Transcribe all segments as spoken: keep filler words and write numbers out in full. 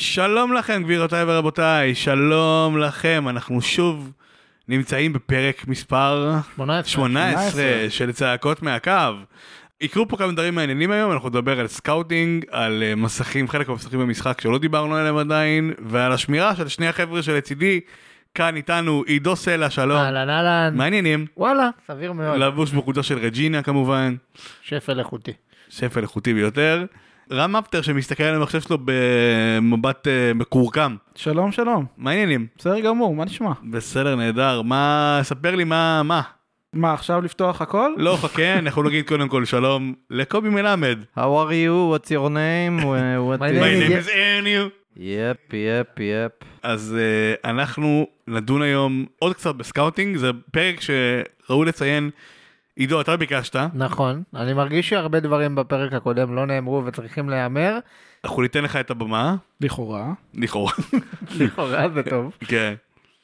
שלום לכם גבירותיי ורבותיי, שלום לכם, אנחנו שוב נמצאים בפרק מספר שמונה עשרה של צעקות מהקו. יקרו פה כמה דברים מעניינים היום, אנחנו נדבר על סקאוטינג, על מסכים, חלק מהמסכים במשחק שלא דיברנו עליהם עדיין, ועל השמירה של שני החבר'ה שלצידי, כאן איתנו עידו סלע, שלום. אהלן אהלן. מה העניינים? וואלה, סביר מאוד. לבוש בחולצה של רג'ינה כמובן. שפל איכותי. שפל איכותי ביותר. רם אפטר שמסתכל על המחשב שלו במבט מקורקם. שלום שלום. מה העניינים? בסדר גמור, מה נשמע? בסדר נהדר, מה, ספר לי מה, מה? מה, עכשיו לפתוח הכל? לא, חכה, אנחנו נגיד קודם כל שלום לקובי מלמד. How are you? What's your name? What My is... My name name is Ernie. יפ, יפ, יפ. אז uh, אנחנו נדון היום עוד קצת בסקאוטינג, זה פרק שראו לציין, עידו, אתה ביקשת. נכון, אני מרגיש שהרבה דברים בפרק הקודם לא נאמרו וצריכים להיאמר. אנחנו ניתן לך את הבמה. לכאורה. לכאורה. לכאורה זה טוב. כן.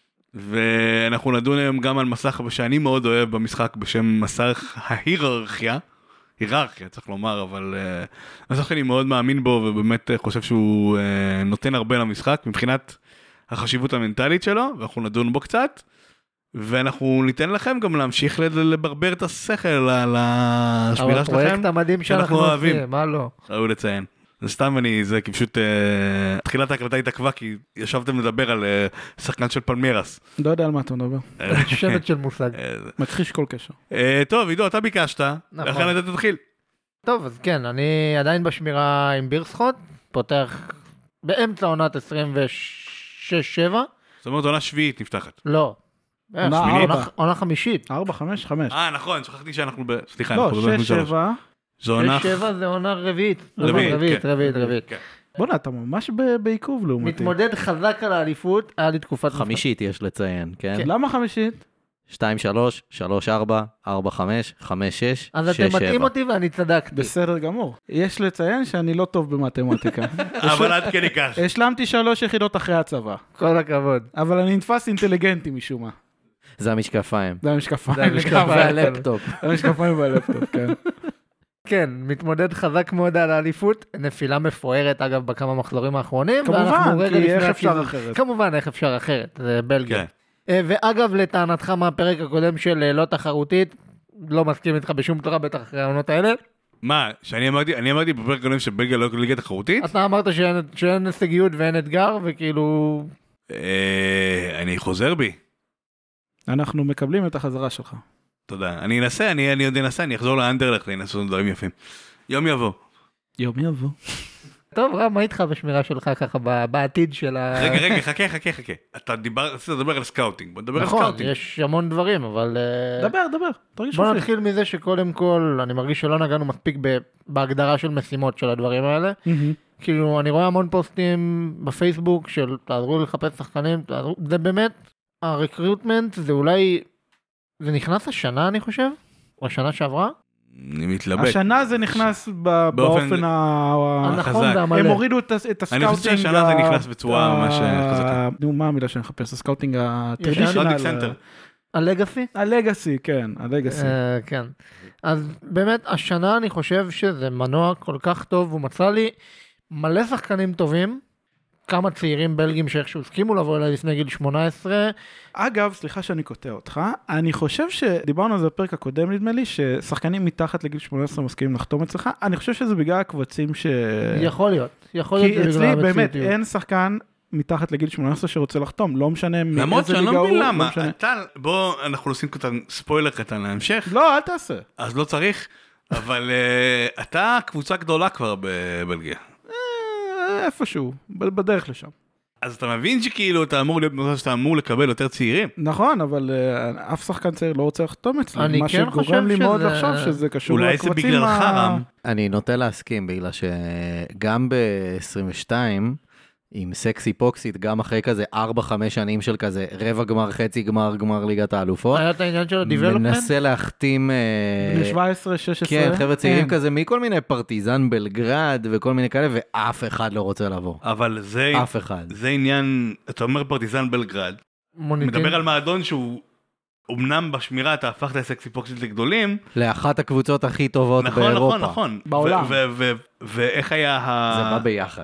ואנחנו נדון היום גם על מסך שאני מאוד אוהב במשחק בשם מסך ההיררכיה. היררכיה צריך לומר, אבל uh, מסך שאני מאוד מאמין בו ובאמת uh, חושב שהוא uh, נותן הרבה למשחק מבחינת החשיבות המנטלית שלו, ואנחנו נדון בו קצת. ואנחנו ניתן לכם גם להמשיך לברבר את השכל על השמירה שלכם. הפרויקט המדהים שאנחנו עושים, מה לא? ראו לציין. זה סתם אני, זה כי פשוט, תחילת ההקלטה התעכבה, כי ישבתם לדבר על שחקן של פלמרס. לא יודע על מה אתה מדבר. שבט של מושג. מכחיש כל קשר. טוב, עידו, אתה ביקשת, לכן אתה תתחיל. טוב, אז כן, אני עדיין בשמירה עם בירסחוט, פותח באמצע עונת עשרים ושש שבע. זאת אומרת, עונה שביעית נפתחת. לא. עונה חמישית. ארבע, חמש, חמש. אה, נכון, שכחתי שאנחנו ב... סליחה, לא, שש, שבע. זו עונה... שש, שבע זה עונה רביעית. רביעית, רביעית, כן. רביעית, רביעית. בוא'נה, אתה ממש בעיכוב לעומתי. מתמודד חזק על האליפות, היה לי תקופת... חמישית יש לציין, כן? למה חמישית? שתיים, שלוש, שלוש, ארבע, ארבע, חמש, חמש, שש, אז שש, אתם שבע. מתאים אותי ואני צדקתי. בסדר גמור. יש לציין שאני לא טוב במתמטיקה. אבל עד כן ייקח. השלמתי שלוש יחידות אחרי הצבא. כל הכבוד. אבל אני נתפס אינטליגנטי משום מה. זה המשקפיים. זה המשקפיים. זה המשקפיים. והלפטופ. זה המשקפיים והלפטופ, כן. כן, מתמודד חזק מאוד על האליפות, נפילה מפוארת אגב בכמה מחזורים האחרונים. כמובן, כי איך אפשר אחרת. כמובן, איך אפשר אחרת, זה בלגיה. ואגב, לטענתך מהפרק הקודם של לא תחרותית, לא מסכים איתך בשום תורה, בטח אחרי העונות האלה. מה, שאני אמרתי, אני אמרתי בפרק הקודם שבלגיה לא ליגה תחרותית? אתה אמרת שאין הישגיות ואין אתגר, וכאילו... אני חוזר בי. אנחנו מקבלים את החזרה שלך. תודה. אני אנסה, אני, אני עוד אנסה, אני אחזור לאנדרלכט, אני אנסה דברים יפים. יום יבוא. יום יבוא. טוב, רם, מה איתך בשמירה שלך ככה בעתיד של ה... רגע, רגע, חכה, חכה, חכה. אתה דיבר, רצית לדבר על סקאוטינג, בוא נדבר על נכון, סקאוטינג. יש המון דברים, אבל... דבר, דבר, תרגיש בוא חופשי. נתחיל מזה שקודם כל, אני מרגיש שלא נגענו מספיק ב- בהגדרה של משימות של הדברים האלה. כאילו, אני רואה המון פוסטים בפייסבוק של תעזרו לחפש שחקנים, תעזרו... זה באמת, הרקרוטמנט זה אולי... זה נכנס השנה, אני חושב? או השנה שעברה? אני מתלבט. השנה זה נכנס ב- באופן ה... הנכון והמלא. הם הורידו את הס- את הסקאוטינג. אני חושב שהשנה זה נכנס בצורה ה- ממש חזקה. נו, מה המילה שאני מחפש? הסקאוטינג סקאוטינג הטרדישיונל. סנטר. הלגאסי? הלגאסי, כן, הלגאסי. אה, כן. אז באמת, השנה אני חושב שזה מנוע כל כך טוב, הוא מצא לי מלא שחקנים טובים, כמה צעירים בלגים שאיכשהו הסכימו לבוא אליי לפני גיל שמונה עשרה. אגב, סליחה שאני קוטע אותך, אני חושב שדיברנו על זה בפרק הקודם, נדמה לי, ששחקנים מתחת לגיל שמונה עשרה מסכימים לחתום אצלך, אני חושב שזה בגלל הקבצים ש... יכול להיות, יכול להיות. כי אצלי באמת אין שחקן מתחת לגיל שמונה עשרה שרוצה לחתום, לא משנה מאיזה ליגה הוא. למרות שאני לא מבין למה, אתה, בוא, אנחנו עושים קטן ספוילר קטן להמשך. לא, אל תעשה. אז לא צריך, אבל אתה קבוצה גדולה כבר בבלגיה. איפשהו, בדרך לשם. אז אתה מבין שכאילו אתה אמור להיות במצב שאתה אמור לקבל יותר צעירים? נכון, אבל uh, אף שחקן צעיר לא רוצה לחתום אצלי. אני מה כן חושב שגורם לי שזה... מאוד לחשוב שזה קשור אולי לקבצים. זה בגללך, רם. אני נוטה להסכים, בגלל שגם ב-עשרים ושתיים, עם סקסי פוקסית, גם אחרי כזה ארבע חמש שנים של כזה רבע גמר, חצי גמר, גמר ליגת האלופות. היה את העניין של הדיבלופמנט? מנסה להחתים... בני שבע עשרה שש עשרה. כן, חבר'ה צעירים כזה, מכל מיני פרטיזן בלגרד וכל מיני כאלה, ואף אחד לא רוצה לבוא. אבל זה... אף אחד. זה עניין, אתה אומר פרטיזן בלגרד, מדבר על מעדון שהוא... אמנם בשמירה אתה הפכת לסקסי פוקסית לגדולים. לאחת הקבוצות הכי טובות נכון, באירופה. נכון, נכון. בעולם. ואיך היה ה... זה בא ביחד.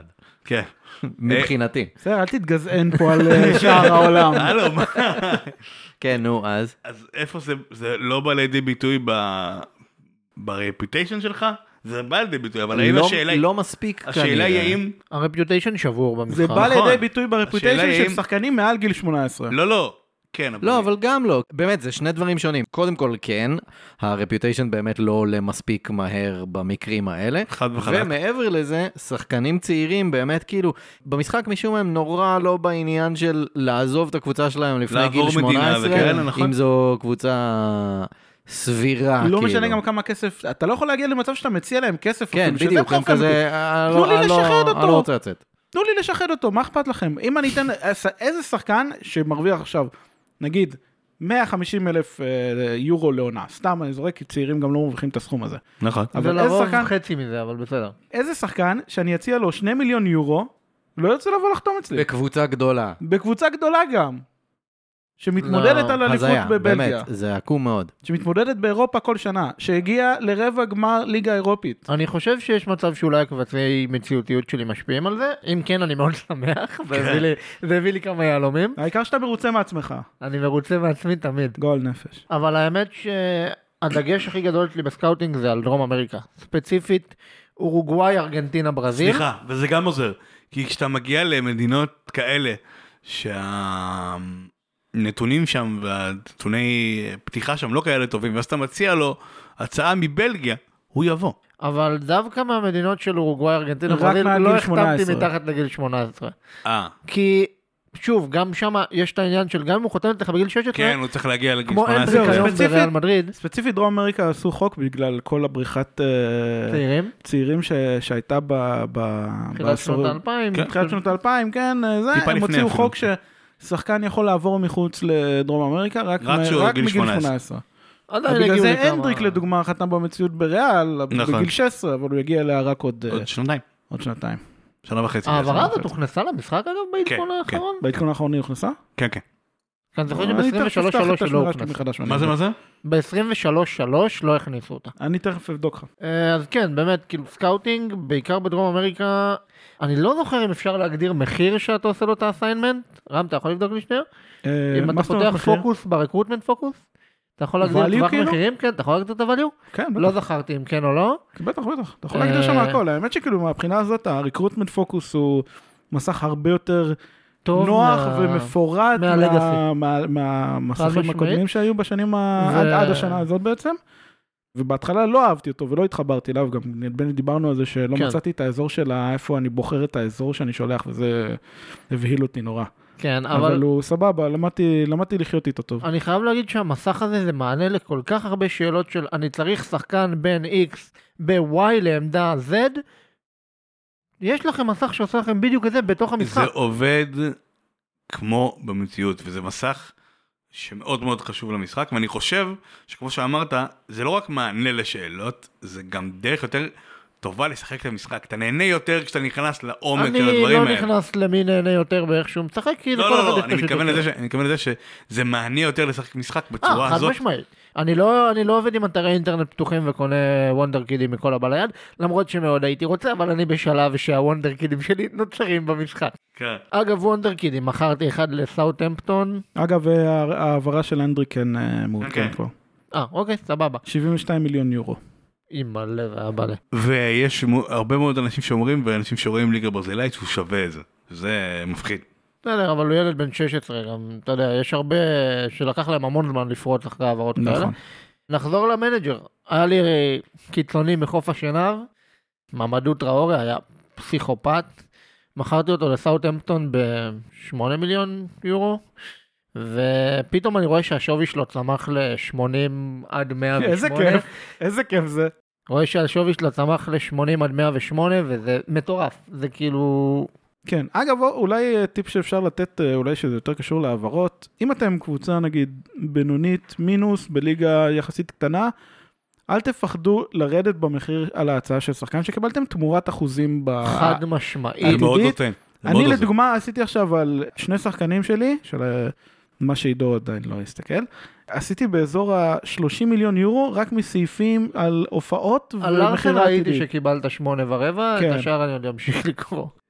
כן. מבחינתי. בסדר, אל תתגזען פה על אה, שאר העולם. הלו, מה? כן, נו, אז. אז איפה זה, זה לא בא לידי ביטוי ב... ברפיוטיישן שלך? זה בא לידי ביטוי, אבל האם לא- השאלה היא... לא מספיק השאלה היא האם... הרפיוטיישן שבור במשחק. זה בא נכון. לידי ביטוי ברפוטיישן השאלה של היא- שחקנים מעל גיל שמונה עשרה. לא, לא. כן, לא, אבל גם לא. באמת, זה שני דברים שונים. קודם כל, כן, הרפיוטיישן באמת לא עולה מספיק מהר במקרים האלה. חד וחלק. ומעבר לזה, שחקנים צעירים באמת כאילו, במשחק משום הם נורא לא בעניין של לעזוב את הקבוצה שלהם לפני לעבור גיל מדינה שמונה עשרה, וכאלה, נכון? אם זו קבוצה סבירה. לא כאילו. משנה גם כמה כסף, אתה לא יכול להגיע למצב שאתה מציע להם כסף. כן, אפילו, שזה בדיוק, הם מבחינתי. כזה, אה, תנו לא- לי אה, לא- לשחד אותו. אני לא רוצה לצאת. תנו לי לשחד אותו, מה אכפת לכם? אם אני אתן, איזה שחקן שמרוויח עכשיו, נגיד, מאה וחמישים אלף אה, יורו לעונה, סתם אני זורק, כי צעירים גם לא מרוויחים את הסכום הזה. נכון. זה אבל איזה לרוב שחקן, חצי מזה, אבל בסדר. איזה שחקן שאני אציע לו שני מיליון יורו, לא יוצא לבוא לחתום אצלי. בקבוצה גדולה. בקבוצה גדולה גם. שמתמודדת לא, על אליפות הזיה, בבלגיה. באמת, זה עקום מאוד. שמתמודדת באירופה כל שנה. שהגיעה לרבע גמר ליגה אירופית. אני חושב שיש מצב שאולי הקבצי מציאותיות שלי משפיעים על זה. אם כן, אני מאוד שמח. זה הביא לי- זה הביא לי כמה יהלומים. העיקר שאתה מרוצה מעצמך. אני מרוצה מעצמי תמיד. גועל נפש. אבל האמת שהדגש הכי גדול שלי בסקאוטינג זה על דרום אמריקה. ספציפית, אורוגוואי, ארגנטינה, ברזיל. סליחה, וזה גם עוזר. כי כשאתה מגיע למדינות כאלה, שהנתונים שם והנתוני פתיחה שם לא כאלה טובים, ואז אתה מציע לו הצעה מבלגיה, הוא יבוא. אבל דווקא מהמדינות של אורוגוואי, ארגנטינה, רק ברזיל, מעל לא גיל שמונה החתמתי עשרה. מתחת לגיל שמונה עשרה. אה, כי, שוב, גם שם יש את העניין של גם אם הוא חותם לך בגיל שש עשרה, כן, הוא צריך להגיע לגיל כמו שמונה אנדריק עשרה. היום ספציפית- בריאל מדריד, ספציפית דרום אמריקה עשו חוק בגלל כל הבריחת אה, צעירים, צעירים ש- שהייתה ב... ב- תחילת בעשור- שנות האלפיים, כן. תחילת שנות האלפיים, כן, אה, זה, טיפה הם לפני הוציאו אפילו. חוק ששחקן יכול לעבור מחוץ לדרום אמריקה רק, רק מ- כשהוא רק גיל מגיל שמונה עשרה. שמונה עשרה. עדיין בגלל הגיעו זה לכמה- הנדריק לדוגמה חתם במציאות בריאל נכון. בגיל שש עשרה, אבל הוא יגיע אליה רק עוד אה, עוד שנתיים, עוד שנתיים. שנה וחצי. ההעברה בעצם. הזאת הוכנסה למשחק אגב בעדכון כן, האחרון? בעדכון האחרון היא הוכנסה? כן, כן. אני זוכר אני תכף שב-עשרים ושלוש אפתח שלוש את לא השמירה שלי הוכנס. מחדש. מה זה, מה זה? ב-עשרים ושלוש שלוש לא הכניסו אותה. אני תכף אבדוק לך. אה, אז כן, באמת, כאילו סקאוטינג, בעיקר בדרום אמריקה, אני לא זוכר אם אפשר להגדיר מחיר שאתה עושה לו את האסיינמנט. רם, אתה יכול לבדוק לי שנייה? אה, אם מה אתה זאת אומרת פותח מחיר? פוקוס ברקרוטמנט פוקוס, אתה יכול להגדיר value טווח כאילו? מחירים? כן, אתה יכול להגדיר את ה-value? כן, לא בטח, זכרתי אם כן או לא. בטח, בטח. אתה יכול להגדיר שם אה, הכל. האמת שכאילו מהבחינה הזאת, הריקרוטמנט פוקוס הוא מסך הרבה יותר טוב נוח מה- ומפורט מהלגאסי. מה- מה- מהמסכים משמעית. הקודמים שהיו בשנים ה- ו- עד עד השנה הזאת בעצם. ובהתחלה לא אהבתי אותו ולא התחברתי אליו, גם נדמה לי דיברנו על זה שלא כן. מצאתי את האזור של ה- איפה אני בוחר את האזור שאני שולח, וזה הבהיל אותי נורא. כן, אבל אבל הוא סבבה, למדתי למדתי לחיות איתו טוב. אני חייב להגיד שהמסך הזה זה מענה לכל כך הרבה שאלות של אני צריך שחקן בין X ב-Y לעמדה Z. יש לכם מסך שעושה לכם בדיוק את זה בתוך זה המשחק. עובד כמו במציאות, וזה מסך שמאוד מאוד חשוב למשחק, ואני חושב שכמו שאמרת, זה לא רק מענה לשאלות, זה גם דרך יותר טובה לשחק את המשחק. אתה נהנה יותר כשאתה נכנס לעומק של אני הדברים לא האלה. נכנס למי נהנה יותר באיך שהוא משחק, כי לא, לכל לא, אחד לא, יש את אני השיטות מתכוון שלו. לזה ש- אני מתכוון לזה שזה מענה יותר לשחק משחק בצורה אה, חד הזאת. משמעית. אני לא, אני לא עובד עם אתרי אינטרנט פתוחים וקונה וונדר קידים מכל הבא ליד, למרות שמאוד הייתי רוצה, אבל אני בשלב שהוונדר קידים שלי נוצרים במשחק. כן. אגב, וונדר קידים, מכרתי אחד לסאוטהמפטון. אגב, הע- ההעברה של אנדריקן אה, מעודכן אוקיי. כבר. אה, אוקיי, סבבה. שבעים ושתיים מיליון יורו. אימא לב, היה בא לי. ויש מו- הרבה מאוד אנשים שאומרים, ואנשים שרואים ליגה ברזילאית, שהוא שווה את זה. זה מפחיד. בסדר, אבל הוא ילד בן שש עשרה, גם, אתה יודע, יש הרבה שלקח להם המון זמן לפרוץ אחרי העברות כאלה. נכון. נחזור למנג'ר. היה לי אה, קיצוני מחוף השנהב, מעמדו טראורי, היה פסיכופת. מכרתי אותו לסאוטהמפטון ב-שמונה מיליון יורו, ופתאום אני רואה שהשווי שלו צמח ל-שמונים עד מאה ושמונה. איזה כיף, איזה כיף זה. רואה שהשווי שלו צמח ל-שמונים עד מאה ושמונה, וזה מטורף. זה כאילו... כן, אגב, אולי אה, טיפ שאפשר לתת, אה, אולי שזה יותר קשור להעברות, אם אתם קבוצה נגיד בינונית מינוס בליגה יחסית קטנה, אל תפחדו לרדת במחיר על ההצעה של שחקן שקיבלתם תמורת אחוזים ב... חד משמעית. זה מאוד עתידית. נותן. זה אני מאוד עוזר. לדוגמה עשיתי עכשיו על שני שחקנים שלי, של אה, מה שעידו עדיין לא הסתכל, עשיתי באזור ה-שלושים מיליון יורו רק מסעיפים על הופעות על ארסן ומחירה ראיתי עתידית. שקיבלת שמונה ורבע, כן. את השאר אני עוד אמשיך לקרוא.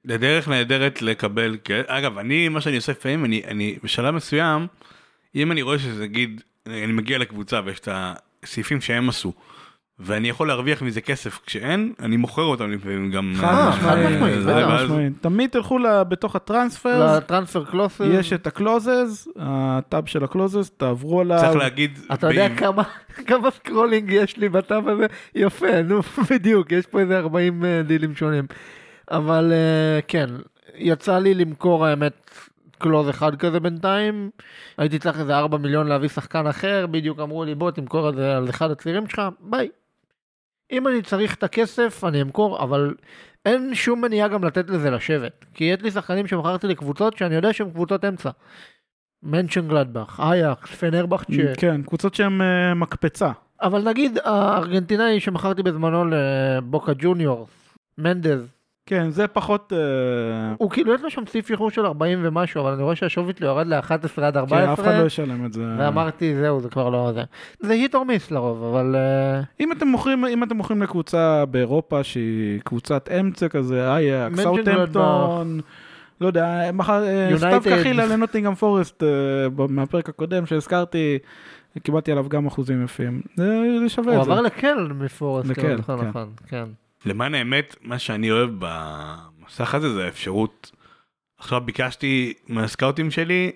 זה דרך נהדרת לקבל, אגב, אני, מה שאני עושה לפעמים, אני, אני, בשלב מסוים, אם אני רואה שזה, נגיד, אני מגיע לקבוצה ויש את הסעיפים שהם עשו, ואני יכול להרוויח מזה כסף כשאין, אני מוכר אותם לפעמים גם... חד משמעית, תמיד תלכו בתוך הטרנספר, לטרנספר קלוסז, יש את הקלוזז, הטאב של הקלוזז, תעברו עליו. צריך להגיד... אתה יודע כמה סקרולינג יש לי בטאב הזה? יפה, נו, בדיוק, יש פה איזה ארבעים דילים שונים. אבל כן, יצא לי למכור האמת קלוז אחד כזה בינתיים, הייתי צריך איזה ארבע מיליון להביא שחקן אחר, בדיוק אמרו לי בוא תמכור את זה על אחד הצעירים שלך, ביי. אם אני צריך את הכסף אני אמכור, אבל אין שום מניעה גם לתת לזה לשבת, כי יש לי שחקנים שמכרתי לקבוצות שאני יודע שהן קבוצות אמצע, מנשן גלדבך, אייקס, פנרבחצ'ה. כן, קבוצות שהן uh, מקפצה. אבל נגיד הארגנטינאי שמכרתי בזמנו לבוקה ג'וניור, מנדז, כן, זה פחות... הוא כאילו יש לו שם סעיף שחרור של ארבעים ומשהו, אבל אני רואה שהשובית לו ירד ל-אחת עשרה עד ארבע עשרה. כן, אף אחד לא ישלם את זה. ואמרתי, זהו, זה כבר לא זה. זה היט או מיס לרוב, אבל... אם אתם מוכרים, אם אתם מוכרים לקבוצה באירופה שהיא קבוצת אמצע כזה, אייקס, סאות'המפטון, לא יודע, סתיו קחילה לנוטינגהאם פורסט מהפרק הקודם שהזכרתי, קיבלתי עליו גם אחוזים יפים. זה שווה את זה. הוא עבר לקל מפורסט. לקל, נכון, נכון, כן. למען האמת, מה שאני אוהב במסך הזה זה האפשרות. עכשיו ביקשתי מהסקאוטים שלי,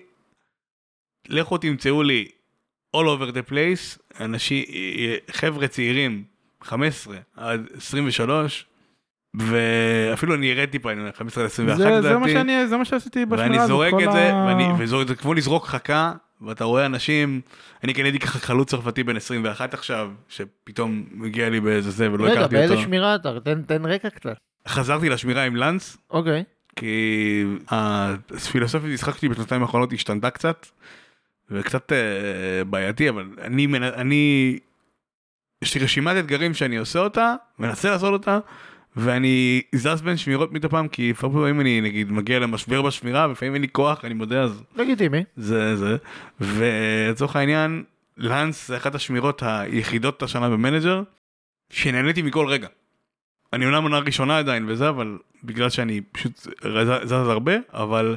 לכו תמצאו לי all over the place, אנשים, חבר'ה צעירים, חמש עשרה עד עשרים ושלוש, ואפילו אני ארד טיפה, אני אומר, חמש עשרה עד עשרים ואחת זה, לדעתי. זה מה שאני, זה מה שעשיתי בשמירה הזאת. ואני זורק את זה, ה... ואני, וזורק, זה כמו לזרוק חכה, ואתה רואה אנשים, אני קניתי ככה חלוץ צרפתי בין עשרים ואחת עכשיו, שפתאום מגיע לי באיזה זה ולא הכרתי אותו. רגע, באיזה שמירה אתה? תן, תן רקע קצת. חזרתי לשמירה עם לנס. אוקיי. כי הפילוסופיה משחק שלי בשנתיים האחרונות השתנתה קצת, וקצת uh, בעייתי, אבל אני, אני, יש לי רשימת אתגרים שאני עושה אותה, מנסה לעשות אותה, ואני זז בין שמירות מדי פעם, כי לפעמים אני נגיד מגיע למשבר בשמירה, ולפעמים אין לי כוח, אני מודה, אז... לגיטימי. זה, זה. ולצורך העניין, לנס זה אחת השמירות היחידות השנה במנג'ר, שנהניתי מכל רגע. אני עונה מונה ראשונה עדיין וזה, אבל בגלל שאני פשוט זז הרבה, אבל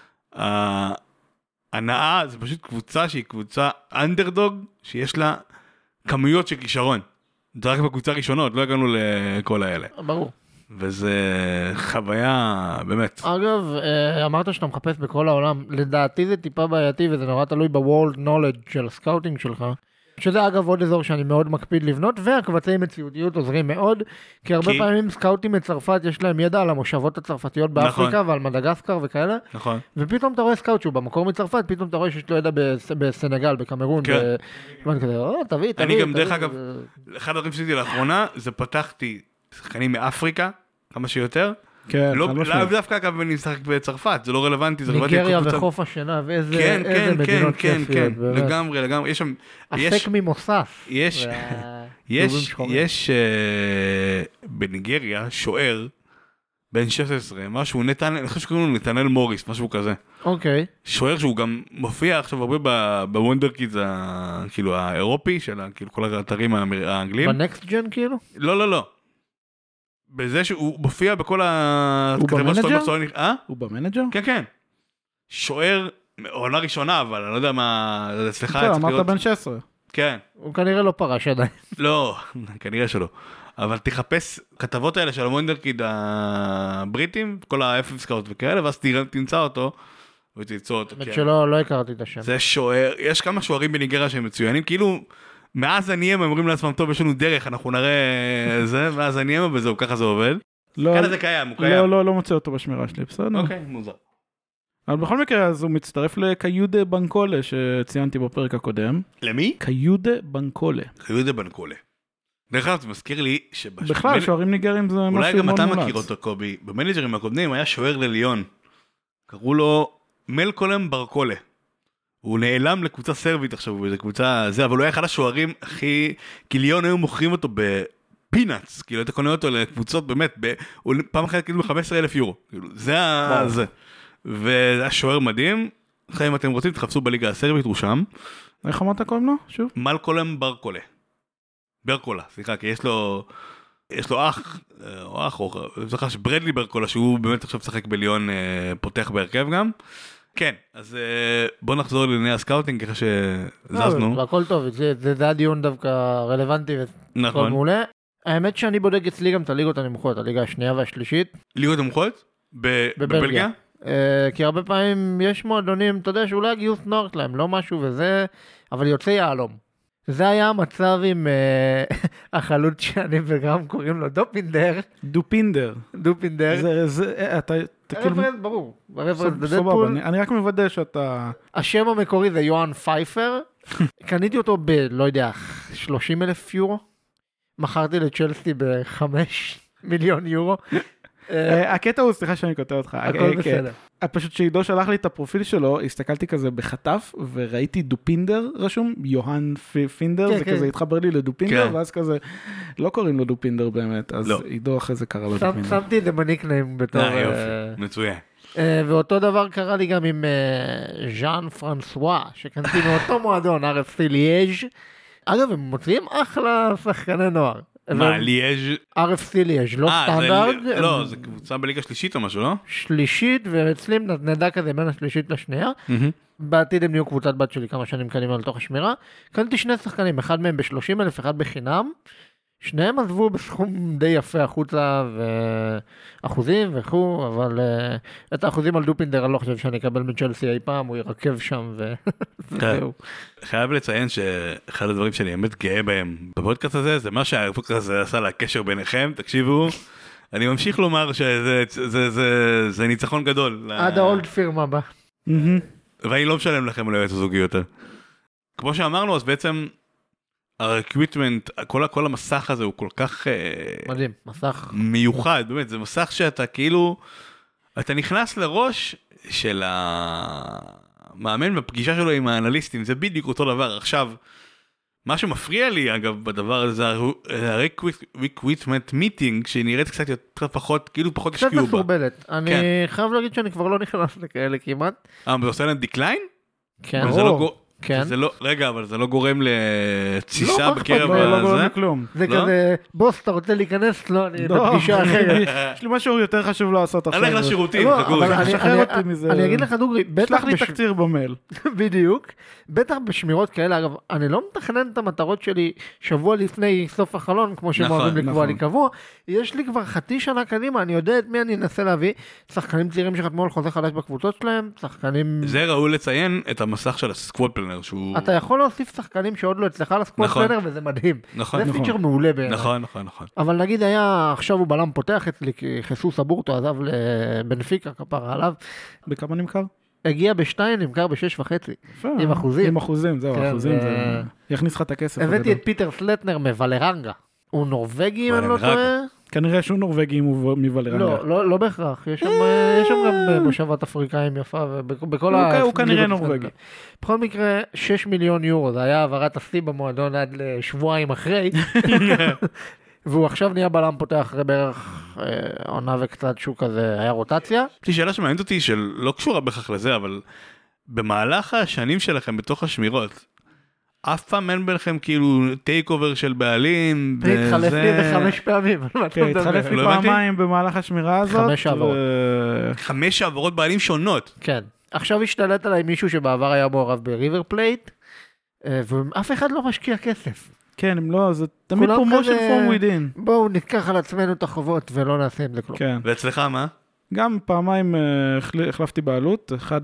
ההנאה זה פשוט קבוצה שהיא קבוצה אנדרדוג, שיש לה כמויות של כישרון. זה רק בקבוצה הראשונות, לא הגענו לכל האלה. ברור. וזה חוויה באמת. אגב, אמרת שאתה מחפש בכל העולם, לדעתי זה טיפה בעייתי וזה נורא תלוי ב-world knowledge של הסקאוטינג שלך, שזה אגב עוד אזור שאני מאוד מקפיד לבנות, והקבצי מציאותיות עוזרים מאוד, כי הרבה כי... פעמים סקאוטים מצרפת יש להם ידע על המושבות הצרפתיות באפריקה, נכון. ועל מדגסקר וכאלה, נכון. ופתאום אתה רואה סקאוט שהוא במקור מצרפת, פתאום אתה רואה שיש לו ידע בס... בסנגל, בקמרון, כן. ב... כזה, או, תביא, תביא. אני גם תביא, דרך אגב, תביא. אחד הדברים שעשיתי לאחרונה, זה פתחתי שחקנים מאפריקה, כמה שיותר, כן, לא, לא דווקא אגב אני משחק בצרפת, זה לא רלוונטי, זה רלוונטי. ניגריה וחוף השינה, ואיזה כן, איזה כן, מדינות כן, כיפיות. כן, באמת. לגמרי, לגמרי, יש שם, עסק ממוסף. יש, וה... יש, יש uh, בניגריה שוער, בן שש עשרה, משהו, נתן, אני חושב שקוראים לו נתנאל מוריס, משהו כזה. אוקיי. שוער שהוא גם מופיע עכשיו הרבה בוונדר קידס, כאילו האירופי, של כאילו כל האתרים האנגלים. בנקסט ג'ן כאילו? לא, לא, לא. בזה שהוא מופיע בכל ה... הוא במנג'ר? אה? הוא במנג'ר? כן, כן. שוער, עונה ראשונה, אבל אני לא יודע מה... סליחה, אמרת בן שש עשרה. כן. הוא כנראה לא פרש עדיין. לא, כנראה שלא. אבל תחפש כתבות האלה של המונדרקיד הבריטים, כל ה-אפ סקאוט וכאלה, ואז תמצא אותו, ותמצא אותו. באמת שלא, לא הכרתי את השם. זה שוער, יש כמה שוערים בניגריה שהם מצוינים, כאילו... מאז אני הם אומרים לעצמם, טוב, יש לנו דרך, אנחנו נראה זה, ואז אני הם וזהו, ככה זה עובד. כאלה זה קיים, הוא קיים. לא, לא, לא מוצא אותו בשמירה שלי, בסדר. אוקיי, מוזר. אבל בכל מקרה, אז הוא מצטרף לקיודה בנקולה, שציינתי בפרק הקודם. למי? קיודה בנקולה. קיודה בנקולה. דרך אגב, זה מזכיר לי שבש... בכלל, שוערים ניגרים זה משהו מאוד מומלץ. אולי גם אתה מכיר אותו, קובי. במנג'רים הקודמים היה שוער לליון. קראו לו מלקולם ברקולה. הוא נעלם לקבוצה סרבית עכשיו, באיזה קבוצה זה, אבל הוא היה אחד השוערים הכי... כי ליון היו מוכרים אותו בפינאץ, כאילו אתה קונה אותו לקבוצות באמת, ב... פעם אחת כאילו ב-חמישה עשר אלף יורו, כאילו, זה ה... זה. וזה היה שוער מדהים, אחרי אם אתם רוצים תחפשו בליגה הסרבית, הוא שם. איך אמרת קוראים לו? שוב? מלקולם ברקולה. ברקולה, סליחה, כי יש לו... יש לו אח, או אח, או זוכר שברדלי ברקולה, שהוא באמת עכשיו משחק בליון, פותח בהרכב גם. כן, אז בוא נחזור לענייני הסקאוטינג, ככה שזזנו. הכל טוב, זה הדיון דווקא רלוונטי וכל מעולה. האמת שאני בודק אצלי גם את הליגות הנמוכות, הליגה השנייה והשלישית. ליגות נמוכות? בבלגיה? כי הרבה פעמים יש מועדונים, אתה יודע שאולי הגיוס נוער להם, לא משהו וזה, אבל יוצא יעלום. זה היה המצב עם החלוץ שאני וגם קוראים לו דופינדר. דופינדר. דופינדר. זה, זה, אתה... הרפרנס, ברור. הרפרנס בדדפול. אני רק מוודא שאתה... השם המקורי זה יוהאן פייפר. קניתי אותו ב, לא יודע, שלושים אלף יורו. מכרתי לצ'לסי בחמש מיליון יורו. הקטע הוא, סליחה שאני כותב אותך. הכל בסדר. פשוט שעידו שלח לי את הפרופיל שלו, הסתכלתי כזה בחטף, וראיתי דופינדר רשום, יוהאן פינדר, זה כזה התחבר לי לדופינדר, ואז כזה, לא קוראים לו דופינדר באמת, אז עידו אחרי זה קרא לו דופינדר. שמתי את זה בניקניים בתור... מצוין. ואותו דבר קרה לי גם עם ז'אן פרנסואה, שקנתי מאותו מועדון, אר אף סי ליאז'. אגב, הם מוצאים אחלה שחקני נוער. מה, ליאז'? אר אף סי ליאז', לא סטנדרט. לא, זה קבוצה בליגה שלישית או משהו, לא? שלישית, ואצלי נדע כזה בין השלישית לשנייה. בעתיד הם נהיו קבוצת בת שלי כמה שנים קדימה לתוך השמירה. קניתי שני שחקנים, אחד מהם ב-שלושים אלף, אחד בחינם. שניהם עזבו בסכום די יפה החוצה ואחוזים וכו', אבל uh, את האחוזים על דופינדר אני לא חושב שאני אקבל מצ'לסי אי פעם, הוא ירכב שם וזהו. חייב לציין שאחד הדברים שאני באמת גאה בהם בפודקאסט הזה, זה מה שהפודקאסט הזה עשה לקשר ביניכם, תקשיבו, אני ממשיך לומר שזה זה, זה, זה ניצחון גדול. עד האולד פירם הבא. ואני לא משלם לכם על היועץ הזוגי יותר. כמו שאמרנו, אז בעצם... הרקוויטמנט, כל, כל המסך הזה הוא כל כך מדהים, מסך מיוחד, באמת, זה מסך שאתה כאילו, אתה נכנס לראש של המאמן בפגישה שלו עם האנליסטים, זה בדיוק אותו דבר. עכשיו, מה שמפריע לי אגב בדבר הזה, זה הרקוויטמנט מיטינג, שנראית קצת יותר פחות, כאילו פחות השקיעו בה. קצת מסורבלת, אני כן. חייב להגיד שאני כבר לא נכנס לכאלה כמעט. אה, זה עושה להם דקליין? כן. זה לא... כן. זה לא, רגע, אבל זה לא גורם לתסיסה לא, בקרב לא, הזה? לא גורם לכלום. זה לא? כזה, בוס, אתה רוצה להיכנס? לא, אני לא, בפגישה אחרת. יש לי משהו יותר חשוב לעשות עכשיו. הלך לשירותים, לא, חכו. אני, אני, אני, אני אגיד לך דוגרי, שלח לי בש... תקציר במייל. בדיוק. בטח בשמירות כאלה, אגב, אני לא מתכנן את המטרות שלי שבוע לפני סוף החלון, כמו שהם אוהבים לקבוע נכון. לי קבוע. יש לי כבר חצי שנה קדימה, אני יודע את מי אני אנסה להביא. שחקנים צעירים שחתמו על חוזה חדש בקבוצות שלהם, שחקנים... זה ראוי לציין את המסך של הסקוואד פלנר, שהוא... אתה יכול להוסיף שחקנים שעוד לא הצלחה לסקוואד פלנר, וזה מדהים. נכון. זה פיצ'ר מעולה בעיניי. נכון, נכון, נכון. אבל נגיד היה, עכשיו הוא בלם פותח אצלי, כי חיסוס אבורטו עזב לבנפיקה, כפרה עליו. בכמה נמכר? הגיע בשתיים, נמכר בשש וחצי. עם אחוזים. עם אחוזים, זהו, אחוזים זה... יכניס לך את הכסף. הבאתי את פיטר סלטנר מוולרנגה. הוא נורווגי, אם אני לא טועה. כנראה שהוא נורווגי אם הוא מוולרנגה. לא, לא, לא בהכרח. יש שם גם מושבת אפריקאים יפה, ובכל ה... הוא כנראה נורווגי. בכל מקרה, שש מיליון יורו, זה היה העברת השיא במועדון עד לשבועיים אחרי. והוא עכשיו נהיה בלם פותח אחרי בערך עונה וקצת שהוא כזה, היה רוטציה. יש לי שאלה שמעניינת אותי שלא קשורה בכך לזה, אבל במהלך השנים שלכם בתוך השמירות, אף פעם אין ביניכם כאילו טייק אובר של בעלים. התחלף לי בחמש פעמים. התחלף לי פעמיים במהלך השמירה הזאת. חמש העברות. חמש העברות בעלים שונות. כן. עכשיו השתלט עליי מישהו שבעבר היה מעורב בריבר פלייט, ואף אחד לא משקיע כסף. כן, הם לא, זה תמיד פרומושן פרום ווידין. בואו ניקח על עצמנו את החובות ולא נעשה עם זה כלום. כן. ואצלך מה? גם פעמיים החלפתי בעלות, אחד...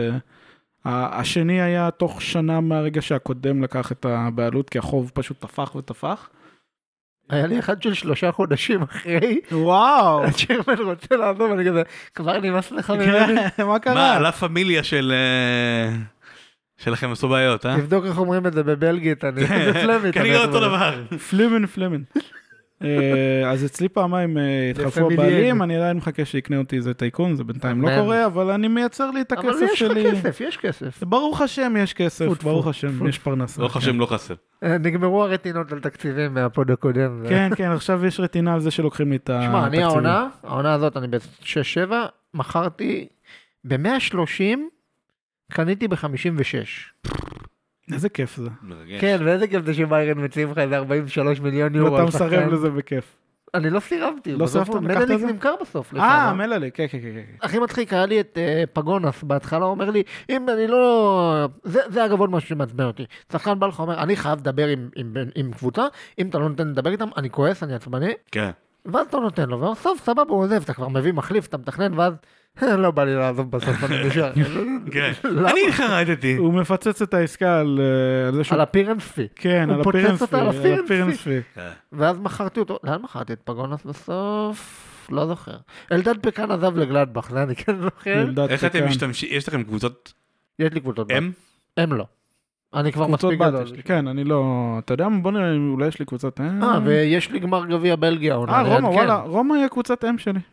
השני היה תוך שנה מהרגע שהקודם לקח את הבעלות, כי החוב פשוט תפח ותפח. היה לי אחד של שלושה חודשים אחרי. וואו. הצ'רמן רוצה לעזוב, אני כזה, כבר נמאס לך ממני. מה קרה? מה, על הפמיליה של... שלכם עשו בעיות, אה? תבדוק איך אומרים את זה בבלגית, אני פלמית. כנראה אותו דבר. פלימן, פלימן. אז אצלי פעמיים התחלפו הבעלים, אני עדיין מחכה שיקנה אותי איזה טייקון, זה בינתיים לא קורה, אבל אני מייצר לי את הכסף שלי. אבל יש לך כסף, יש כסף. ברוך השם יש כסף, ברוך השם, יש פרנסה. ברוך השם לא חסר. נגמרו הרטינות על תקציבים מהפוד הקודם. כן, כן, עכשיו יש רטינה על זה שלוקחים לי את התקציבים. שמע, אני העונה, העונה הזאת, אני ב-שש שבע, מכרתי ב-מאה ושלושים, קניתי ב-חמישים ושש. איזה כיף זה. כן, ואיזה כיף זה שביירן מציעים לך איזה ארבעים ושלושה מיליון יורו. ואתה מסרב לזה בכיף. אני לא סירבתי. לא סירבת? לקחת את מלליק זה? נמכר בסוף. אה, לשם. מלליק, כן, כן, כן. כן. הכי מצחיק, היה לי את אה, פגונס בהתחלה, אומר לי, אם אני לא... זה, זה אגב עוד משהו שמעצבן אותי. שחקן בא לך אומר, אני חייב לדבר עם, עם, עם, עם קבוצה, אם אתה לא נותן לדבר איתם, אני כועס, אני עצבני, כן. ואז אתה נותן לו, ובסוף סבבה, הוא עוזב, אתה כבר מביא מחליף, אתה מתכנן, ואז לא בא לי לעזוב בסוף, אני נשאר. כן. למה? אני חרדתי. הוא מפצץ את העסקה על אה, על זה שהוא... על הפירנס פי. כן, הוא על פוצץ הפירנס אותה על פי, הפירנס הפירנס פי. ואז מכרתי אותו, לאן מכרתי את פגונס בסוף? לא זוכר. אלדד פקן עזב לגלדבך, זה אני כן זוכר. אלדד איך אתם פקן. משתמשים, יש לכם קבוצות יש לי קבוצות בת. אם? הם לא. אני כבר קבוצות מספיק בת גדול. יש לי, כן, אני לא... אתה יודע מה, בוא נראה, אולי יש לי קבוצת אם. אה, ויש לי גמר גביע בלגיה. אה, רומא, וואלה, רומא היא הקבוצת אם שלי.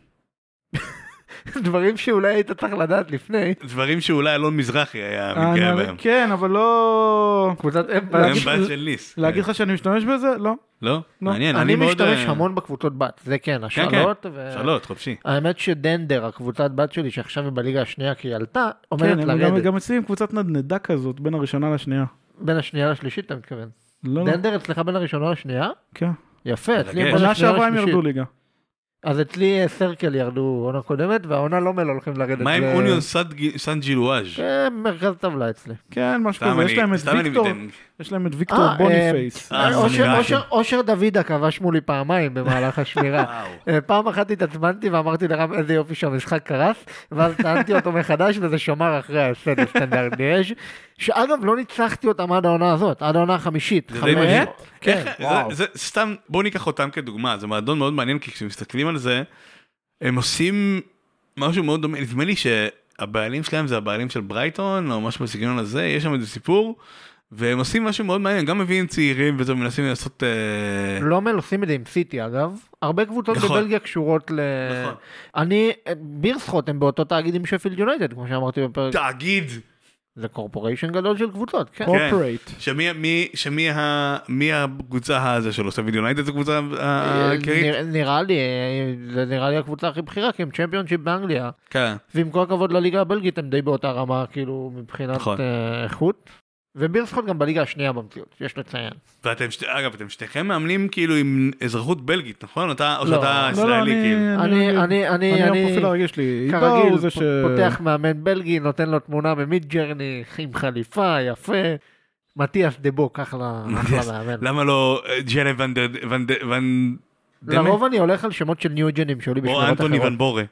דברים שאולי היית צריך לדעת לפני. דברים שאולי אלון מזרחי היה אה, מתגאה אני- בהם. כן, אבל לא... קבוצת אם הם להגיד- בת של ניס. להגיד לך שאני משתמש בזה? לא. לא? מעניין, אני מאוד, משתמש אה, המון בקבוצות בת, זה כן, כן. השאלות. ו- שאלות, חופשי. האמת שדנדר, הקבוצת בת שלי, שעכשיו היא בליגה השנייה כי היא עלתה, כן, עומדת הם גם- לרדת. גם אצלי עם קבוצת נדנדה כזאת, בין הראשונה לשנייה. בין השנייה לשלישית, אתה מתכוון. לא, לא. דנדר אצלך בין הראשונה לשנייה? כן. יפה, אצלי הם מרגש. בין עונה השנייה שעברה הם לשלישית. ירדו ליגה. אז אצלי אה, סרקל ירדו עונה קודמת, והעונה לא מלא הולכים לרדת. מה עם ל- אוניון סד- סן ג'ילואז'? כן, מרכז טבלה אצלי. כן, משהו סתם כזה. יש אני- להם את סתם אני ויקטור, מתן- יש להם את ויקטור אה, בוניפייס. אה, אושר- סליחה. אושר- אושר דוידה כבש מולי פעמיים במהלך השמירה. וואו. אה, פעם אחת התעצבנתי ואמרתי לרם איזה יופי שהמשחק קרס, ואז טענתי אותו מחדש וזה שמר אחרי ההפסד הסטנדרט ליאז', שאגב לא ניצחתי אותם עד העונה הזאת, עד העונה החמישית. זה די חמש- מדהים. כן, איך- וואו. זה- זה סתם, בואו ניקח אותם כדוגמה, זה מועדון מאוד מעניין, כי כשמסתכלים על זה, הם עושים משהו מאוד דומה, נדמה לי שהבעלים שלהם זה הבעלים של ברייטון, או משהו בסגנון הזה, יש שם איזה סיפור, והם עושים משהו מאוד מעניין, גם מביאים צעירים וזה, מנסים לעשות... אה, לומל עושים את זה עם סיטי אגב, הרבה קבוצות נכון. בבלגיה קשורות ל... נכון. אני, בירסחוט הם באותו תאגיד עם שפילד יונייטד, כמו שאמרתי בפרק, תאגיד! זה קורפוריישן גדול של קבוצות, כן. קורפרייט. שמי מי- שמי ה- מי הקבוצה הזה שלו, סביב יונייטד זו קבוצה העיקרית? נראה- נראה לי, אה, זה נראה לי הקבוצה הכי בכירה, כי הם צ'מפיונשיפ באנגליה, כן. ועם כל הכבוד לליגה הבלגית הם די באותה רמה כאילו מבחינת נכון. אה, איכות. ובירסחוט גם בליגה השנייה במציאות, יש לציין. ואתם, שתי- אגב, אתם שתיכם מאמנים כאילו עם אזרחות בלגית, נכון? אתה, או לא. שאתה לא, לא, ישראלי כאילו. אני, אני, אני, אני אני, הפרופיל הרגיל שלי. עידו כרגיל, הוא זה ש... פותח מאמן בלגי, נותן לו תמונה במיד ג'רני, עם חליפה, יפה. מתיאס דבוק, אחלה אחלה מאמן. למה לא אה, ג'נה ון ד... ון ד... ון... דמה? לרוב אני הולך על שמות של ניוג'נים שעולים או בשמות אנטוני אחרות. ון בורה.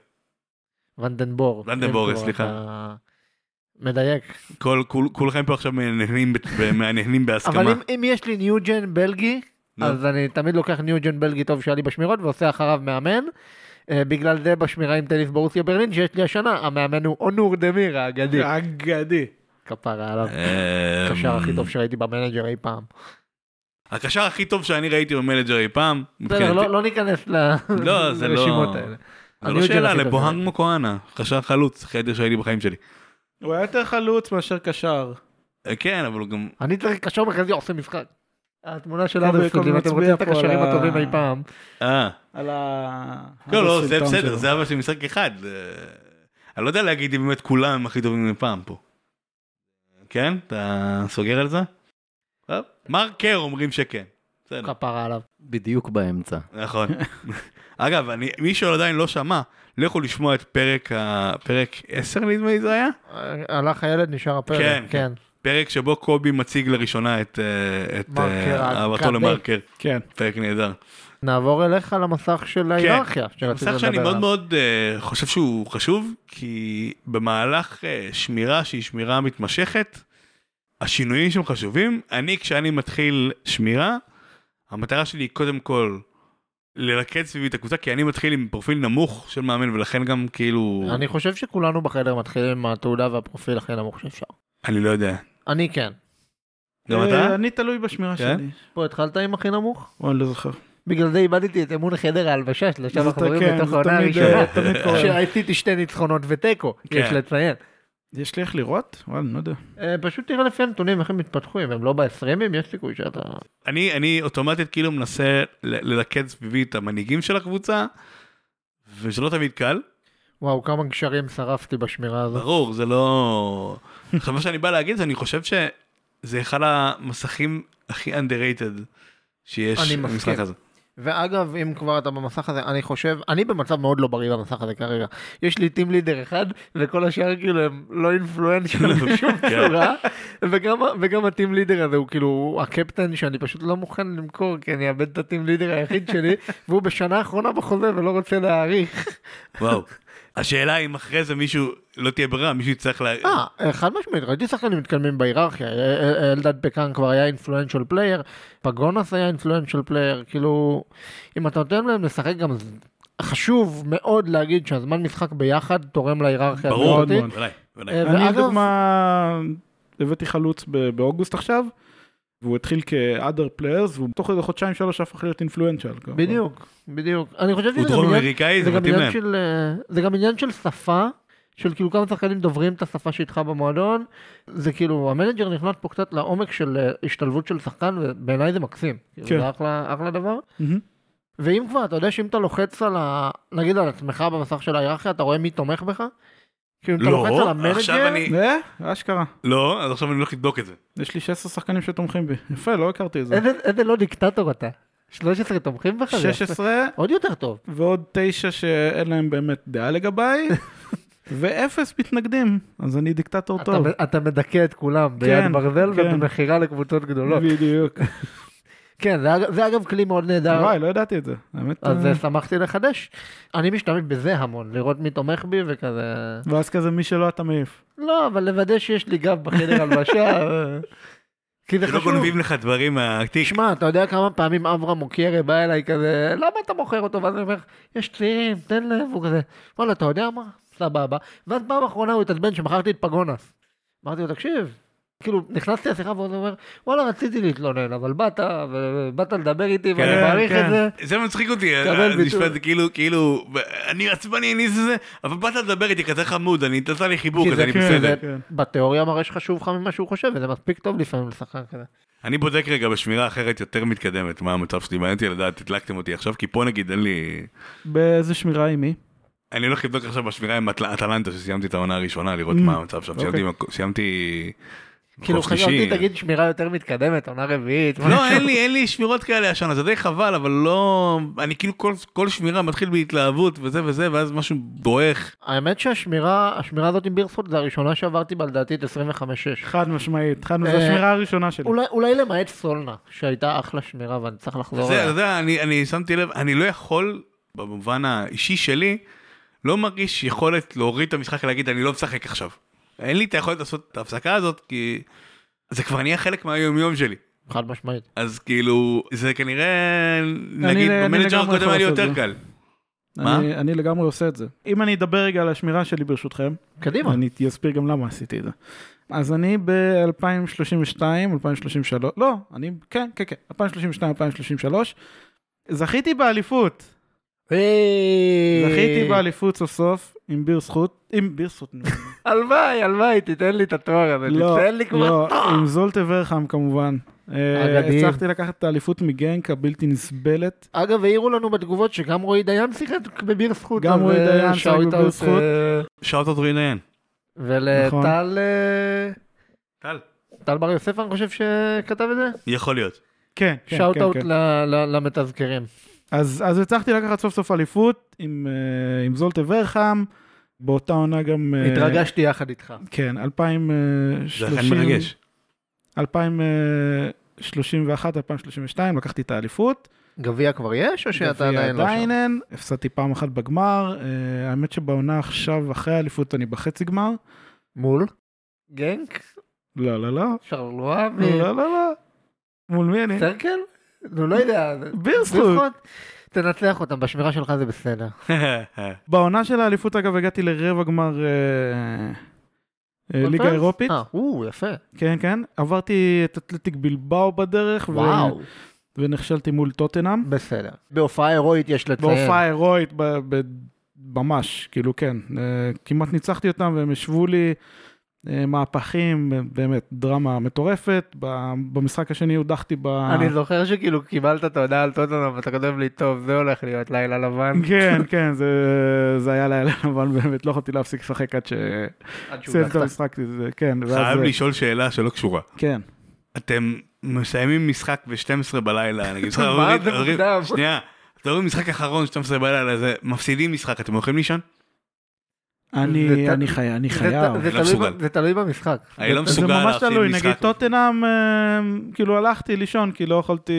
ונדנבור. ונדנבורה, כן, סליחה. אתה מדייק. כל, כול, כולכם פה עכשיו נהנים, ב- מהנהנים בהסכמה. אבל אם, אם יש לי ניוג'ן בלגי, נו. אז אני תמיד לוקח ניוג'ן בלגי טוב שהיה לי בשמירות ועושה אחריו מאמן. אה, בגלל זה בשמירה עם טניס בורוסיה ברלין שיש לי השנה, המאמן הוא אונור דמיר האגדי. אגדי. כפרה עליו. אה, הקשר הכי טוב שראיתי במנג'ר אי פעם. הקשר הכי טוב שאני ראיתי במנג'ר אי פעם. בסדר, מבחינתי. לא לא ניכנס ל- לא, זה לא- לרשימות האלה. זה לא הניוג'ן שאלה, הכי טוב לבוהנג שראיתי. מוקואנה, קשר חלוץ, חדר שהייתי בחיים שלי. הוא היה יותר חלוץ מאשר קשר. אה, כן, אבל הוא גם... אני צריך קשר מרכזי עושה משחק. התמונה של קובי אדרספילד, אם אתם מצביע רוצים את פה על הקשרים ה- הטובים אי פעם. אה. על ה... לא, לא, זה הסרטון בסדר, שלו. זה אבל של משחק אחד. זה- אני לא יודע להגיד אם באמת כולם הם הכי טובים מפעם פה. כן? אתה סוגר על זה? טוב. מרקר אומרים שכן. בסדר. כפרה עליו. בדיוק באמצע. נכון. אגב, אני- מי שעדיין לא שמע, לכו לשמוע את פרק ה- פרק עשר נדמה לי זה היה? הלך הילד, נשאר הפרק. כן, כן. פרק שבו קובי מציג לראשונה את אה, את, מרקר, אה, אהבתו האגדי. למרקר. כן. פרק נהדר. נעבור אליך למסך של ההיררכיה. שרציתי מסך שאני לדבר מאוד עליו. מאוד uh, חושב שהוא חשוב, כי במהלך uh, שמירה שהיא שמירה מתמשכת, השינויים שהם חשובים. אני, כשאני מתחיל שמירה, המטרה שלי היא קודם כל ללכד סביבי את הקבוצה, כי אני מתחיל עם פרופיל נמוך של מאמן, ולכן גם כאילו... אני חושב שכולנו בחדר מתחילים עם התעודה והפרופיל הכי נמוך שאפשר. אני לא יודע. אני כן. גם אה, אתה? אני תלוי בשמירה כן? שלי. פה התחלת עם הכי נמוך? או, אני לא זוכר. בגלל זה איבדתי את אמון חדר ההלבשה של עכשיו זה החברים כן, בתוך זה העונה תמיד, הראשונה. אה, תמיד קורה. שעשיתי שתי ניצחונות ותיקו, יש כן. לציין. יש לי איך לראות? וואלה, אני לא יודע. אה, פשוט תראה לפי הנתונים איך הם מתפתחו, אם הם לא בעשרימים, יש סיכוי שאתה... אני, אני אוטומטית כאילו מנסה ל- ללכד סביבי את המנהיגים של הקבוצה, וזה לא תמיד קל. וואו, כמה גשרים שרפתי בשמירה הזאת. ברור, זה לא... עכשיו מה שאני בא להגיד זה, אני חושב שזה אחד המסכים הכי underrated שיש אני במשחק מסכים. הזה. ואגב, אם כבר אתה במסך הזה, אני חושב, אני במצב מאוד לא בריא במסך הזה כרגע. יש לי טים לידר אחד, וכל השאר כאילו הם לא אינפלואנציאל בשום צורה, וגם, וגם הטים לידר הזה הוא כאילו הקפטן שאני פשוט לא מוכן למכור, כי אני אאבד את הטים לידר היחיד שלי, והוא בשנה האחרונה בחוזה ולא רוצה להאריך. וואו. השאלה אם אחרי זה מישהו, לא תהיה ברירה, מישהו יצטרך לה... אה, חד משמעית, ראיתי שחקנים מתקדמים בהיררכיה, אלדד פקן כבר היה אינפלואנציאל פלייר, פגונס היה אינפלואנציאל פלייר, כאילו, אם אתה נותן להם לשחק גם, חשוב מאוד להגיד שהזמן משחק ביחד תורם להיררכיה. ברור, ודאי, ודאי. אני דוגמה, הבאתי חלוץ באוגוסט עכשיו, והוא התחיל כ-other players, והוא תוך איזה חודשיים שלוש הפך להיות אינפלואנציאל. בדיוק, בדיוק. אני חושב הוא דרום אמריקאי, זה מתאים להם. זה גם עניין של שפה, של כאילו כמה שחקנים דוברים את השפה שאיתך במועדון, זה כאילו, המנג'ר נכנס פה קצת לעומק של השתלבות של שחקן, ובעיניי זה מקסים. זה אחלה דבר. ואם כבר, אתה יודע שאם אתה לוחץ על ה... נגיד על עצמך במסך של ההיררכיה, אתה רואה מי תומך בך? כאילו אם אתה לוחץ על המנג'ר... אה, אשכרה. לא, אז עכשיו אני הולך לבדוק את זה. יש לי שש עשרה שחקנים שתומכים בי. יפה, לא הכרתי את זה. איזה לא דיקטטור אתה. שלוש עשרה תומכים בך? שש עשרה. עוד יותר טוב. ועוד תשע שאין להם באמת דעה לגביי. ואפס מתנגדים. אז אני דיקטטור טוב. אתה מדכא את כולם ביד ברזל ובמחירה לקבוצות גדולות. בדיוק. כן, זה אגב כלי מאוד נהדר. וואי, לא ידעתי את זה. אז שמחתי לחדש. אני משתמש בזה המון, לראות מי תומך בי וכזה... ואז כזה מי שלא אתה מעיף. לא, אבל לוודא שיש לי גב בחדר הלבשה. כי זה חשוב. שלא גונבים לך דברים מהתיק. שמע, אתה יודע כמה פעמים אברהם מוקיירה בא אליי כזה, למה אתה מוכר אותו? ואז אני אומר, יש צעירים, תן לב, הוא כזה, וואלה, אתה יודע מה? סבבה. ואז פעם האחרונה הוא התעצבן שמכרתי את פגונס. אמרתי לו, תקשיב. כאילו, נכנסתי לשיחה והוא אומר, וואלה, רציתי להתלונן, אבל באת, ובאת לדבר איתי, ואני מעריך את זה. זה מצחיק אותי, נשמע, כאילו, אני עצבני, אני זה זה, אבל באת לדבר איתי, כזה חמוד, אני תעשה לי חיבוק, אז אני בסדר. בתיאוריה מראה שחשוב לך ממה שהוא חושב, וזה מספיק טוב לפעמים לשחקן כזה. אני בודק רגע בשמירה אחרת יותר מתקדמת, מה המצב שלי, מעניין אותי לדעת, תדלקתם אותי עכשיו, כי פה נגיד, אין לי... באיזה שמירה עם מי? אני הולך לבדוק עכשיו בשמירה עם אטלנטה, שסיימתי את העונה הראשונה, לראות מה המצב שם. סיימתי כאילו חשבתי תגיד שמירה יותר מתקדמת, עונה רביעית. לא, אין לי, אין לי שמירות כאלה השנה, זה די חבל, אבל לא, אני כאילו כל, כל שמירה מתחיל בהתלהבות וזה וזה, ואז משהו בועך. האמת שהשמירה, השמירה הזאת עם בירספוט, זה הראשונה שעברתי בלדעתי את עשרים וחמש שש. חד משמעית, חד משמעית, זה השמירה הראשונה שלי. אולי, אולי למעט סולנה, שהייתה אחלה שמירה ואני צריך לחזור. זה, זה, אני, אני שמתי לב, אני לא יכול, במובן האישי שלי, לא מרגיש יכולת להוריד את המשחק ולהגיד, אני לא משחק עכשיו. אין לי את היכולת לעשות את ההפסקה הזאת, כי זה כבר נהיה חלק מהיום-יום שלי. חד משמעית. אז כאילו, זה כנראה, נגיד, במנג'ר הקודם היה לי יותר קל. מה? אני לגמרי עושה את זה. אם אני אדבר רגע על השמירה שלי ברשותכם, קדימה. אני אסביר גם למה עשיתי את זה. אז אני ב-אלפיים שלושים ושתיים, אלפיים שלושים ושלוש, לא, אני, כן, כן, כן, אלפיים שלושים ושתיים, אלפיים שלושים ושלוש, זכיתי באליפות. זכיתי באליפות סוף סוף, עם ביר זכות, עם ביר זכות. הלוואי, הלוואי, תיתן לי את התואר הזה, תיתן לי כבר תואר. לא, עם זולטה ורחם כמובן. הצלחתי לקחת את האליפות מגנק הבלתי נסבלת. אגב, העירו לנו בתגובות שגם רועי דיין שיחק בביר זכות. גם רועי דיין שיחק בביר זכות. שאוט את רועי דיין. ולטל... טל. טל בר יוסף אני חושב שכתב את זה? יכול להיות. כן, כן, שאוט אאוט למתזכרים. אז, אז הצלחתי לקחת סוף סוף אליפות עם, uh, עם זולטה ורחם, באותה עונה גם... התרגשתי uh, יחד איתך. כן, אלפיים ושלושים... זה אכן מרגש. אלפיים שלושים ואחת, אלפיים שלושים ושתיים, לקחתי את האליפות. גביע כבר יש או שאתה עדיין לא שם? עדיין אין, הפסדתי פעם אחת בגמר, uh, האמת שבעונה עכשיו, אחרי האליפות אני בחצי גמר. מול? גנק? לא, לא, לא. שרלואה? לא, לא, לא. מול מי אני? סרקל? נו, לא יודע. ביר זכות. תנצח אותם, בשמירה שלך זה בסדר. בעונה של האליפות, אגב, הגעתי לרבע גמר ליגה אירופית. אה, או, יפה. כן, כן. עברתי את אתלטיק בלבאו בדרך. וואו. ונכשלתי מול טוטנאם. בסדר. בהופעה הירואית יש לציין. בהופעה הירואית, ממש, כאילו, כן. כמעט ניצחתי אותם והם ישבו לי... מהפכים, באמת, דרמה מטורפת, במשחק השני הודחתי ב... אני זוכר שכאילו קיבלת את ההודעה על טוטנהאם, ואתה כותב לי, טוב, זה הולך להיות לילה לבן. כן, כן, זה היה לילה לבן, באמת, לא יכולתי להפסיק לשחק עד ש... עד שהודחת. חייב לשאול שאלה שלא קשורה. כן. אתם מסיימים משחק ב-שתים עשרה בלילה, נגיד, מה זה מוקדם? שנייה, אתה רואים משחק אחרון שתים עשרה בלילה, זה מפסידים משחק, אתם הולכים לישון? אני אני חי- אני חייב. זה לא תלוי מסוגל. ב- זה תלוי במשחק. אני לא זה מסוגל ממש להפסיד תלוי, משחק. נגיד טוטנאם, אה, כאילו הלכתי לישון כי לא יכולתי...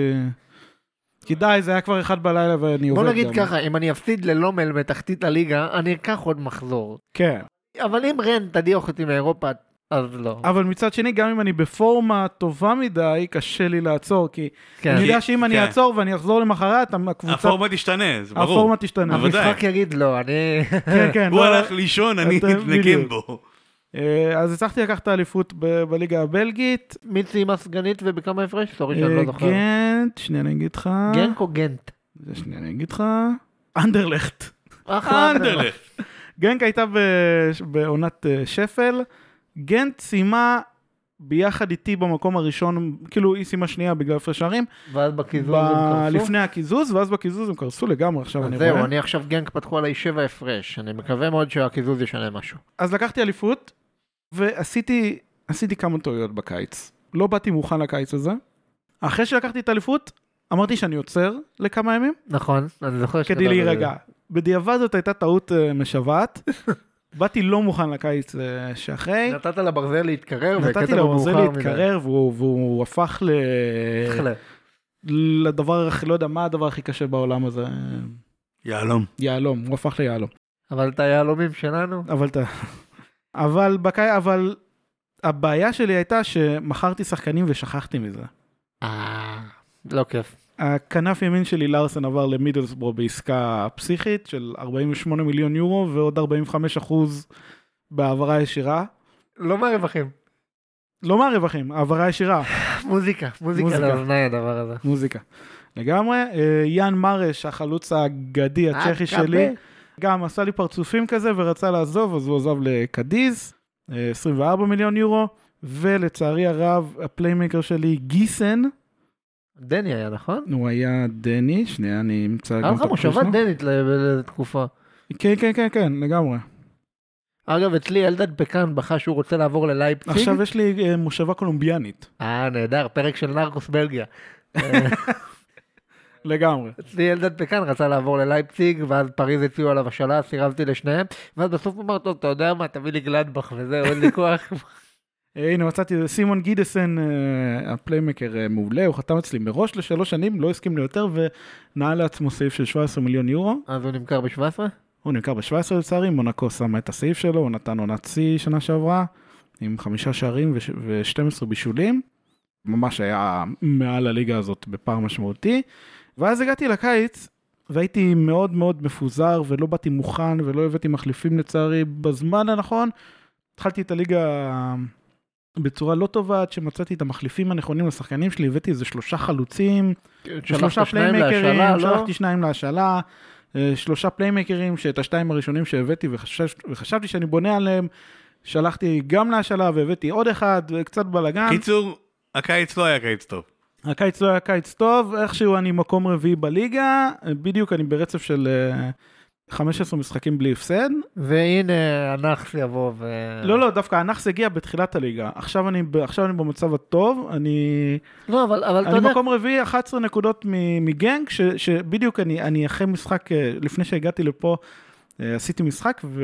כי די, זה היה כבר אחד בלילה ואני עובד בוא גם. נגיד ככה, אם אני אפסיד ללומל מתחתית הליגה, אני אקח עוד מחזור. כן. אבל אם רן תדיח אותי מאירופה, אז לא. אבל מצד שני, גם אם אני בפורמה טובה מדי, קשה לי לעצור, כי כן. אני יודע כי- שאם אני כן. אעצור ואני אחזור למחרת, הקבוצה... הפורמה תשתנה, זה ברור. הפורמה תשתנה. אבל- בוודאי. המשחק יגיד לא, אני... כן, כן. הוא לא- הלך לישון, אני אתה- אתנקם בדיוק. בו. אה, אז הצלחתי לקחת את האליפות ב- בליגה הבלגית. מי סיימה סגנית ובכמה הפרש? סורי שאני אה, לא זוכר. גנט, שנייה אני אגיד לך. גנק או גנט? זה שנייה אני אגיד לך. אנדרלכט. אחלה. אנדרלכט. גנק הייתה ב- בעונת אה, שפל. גנט סיימה ביחד איתי במקום הראשון, כאילו היא סיימה שנייה בגלל הפרש שערים, ואז בקיזוז ב- הם קרסו? לפני הקיזוז, ואז בקיזוז הם קרסו לגמרי, עכשיו אז אני זהו, רואה. אני עכשיו גנק פתחו עליי שבע הפרש. אני מקווה מאוד שהקיזוז ישנה משהו. אז לקחתי אליפות, ועשיתי עשיתי כמה טעויות בקיץ. לא באתי מוכן לקיץ הזה. אחרי שלקחתי את האליפות, אמרתי שאני עוצר לכמה ימים, נכון, אני זוכר כדי להירגע. בדיעבד זאת הייתה טעות אה, משוועת. באתי לא מוכן לקיץ אה, שאחרי. נתת לברזל להתקרר, נתתי לו זה להתקרר, והוא, והוא הפך ל... אחלה. לדבר, הכי- לא יודע מה הדבר הכי קשה בעולם הזה. יעלום. יהלום, הוא הפך ליהלום. אבל את היהלומים שלנו, אבל אתה... אבל בקי... אבל הבעיה שלי הייתה שמכרתי שחקנים ושכחתי מזה. אה, לא כיף. הכנף ימין שלי לארסן עבר למידלסבורו בעסקה פסיכית של ארבעים ושמונה מיליון יורו ועוד ארבעים וחמישה אחוז בהעברה ישירה. לא מהרווחים. לא מהרווחים, העברה ישירה, מוזיקה, מוזיקה מוזיקה. לאוזניי הדבר הזה. מוזיקה. לגמרי. אה, יאן מרש, החלוץ האגדי הצ'כי אה, שלי, קבל. גם עשה לי פרצופים כזה ורצה לעזוב, אז הוא עזב לקדיז, אה, עשרים וארבעה מיליון יורו, ולצערי הרב, הפליימקר שלי גיסן, דני היה, נכון? הוא היה דני, שנייה, אני אמצא היה גם לך את מושבה הפרסום. דנית ל- לתקופה. כן, כן, כן, כן, לגמרי. אגב, אצלי אלדד פקן בכה שהוא רוצה לעבור ללייפציג. עכשיו יש לי אה, מושבה קולומביאנית, אה, נהדר, פרק של נרקוס בלגיה. לגמרי. אצלי אלדד פקן רצה לעבור ללייפציג, ואז פריז הציעו עליו השאלה, סירבתי לשניהם, ואז בסוף הוא אמר, טוב, אתה יודע מה, תביא לי גלדבך וזהו, אין לי כוח. אה, הנה מצאתי, סימון גידסן, אה, הפליימקר אה, מעולה, הוא חתם אצלי מראש לשלוש שנים, לא הסכים לי יותר, ונעל לעצמו סעיף של שבע עשרה מיליון יורו. אז הוא נמכר ב-שבע עשרה? הוא נמכר ב-שבע עשרה לצערי, מונקו שמה את הסעיף שלו, הוא נתן עונת שיא שנה שעברה, עם חמישה שערים ו-שתים עשרה בישולים. ממש היה מעל הליגה הזאת בפער משמעותי. ואז הגעתי לקיץ, והייתי מאוד מאוד מפוזר, ולא באתי מוכן, ולא הבאתי מחליפים לצערי בזמן הנכון. התחלתי את הליגה בצורה לא טובה, עד שמצאתי את המחליפים הנכונים לשחקנים שלי, הבאתי איזה שלושה חלוצים, שלושה שלחת שניים להשאלה, פליימקרים, לא? שלחתי שניים להשאלה, אה, שלושה פליימקרים, שאת השתיים הראשונים שהבאתי וחשב, וחשבתי שאני בונה עליהם, שלחתי גם להשאלה והבאתי עוד אחד, קצת בלגן. קיצור, הקיץ לא היה קיץ טוב. הקיץ לא היה קיץ טוב, איכשהו אני מקום רביעי בליגה, בדיוק אני ברצף של אה, חמישה עשר משחקים בלי הפסד. והנה הנאחס יבוא ו... לא, לא, דווקא הנאחס הגיע בתחילת הליגה. עכשיו אני, עכשיו אני במצב הטוב, אני... לא, אבל, אבל אתה אני יודע... מקום רביעי, אחת עשרה נקודות מ- מגנג, ש- שבדיוק אני, אני אחרי משחק, אה, לפני שהגעתי לפה, אה, עשיתי משחק ו...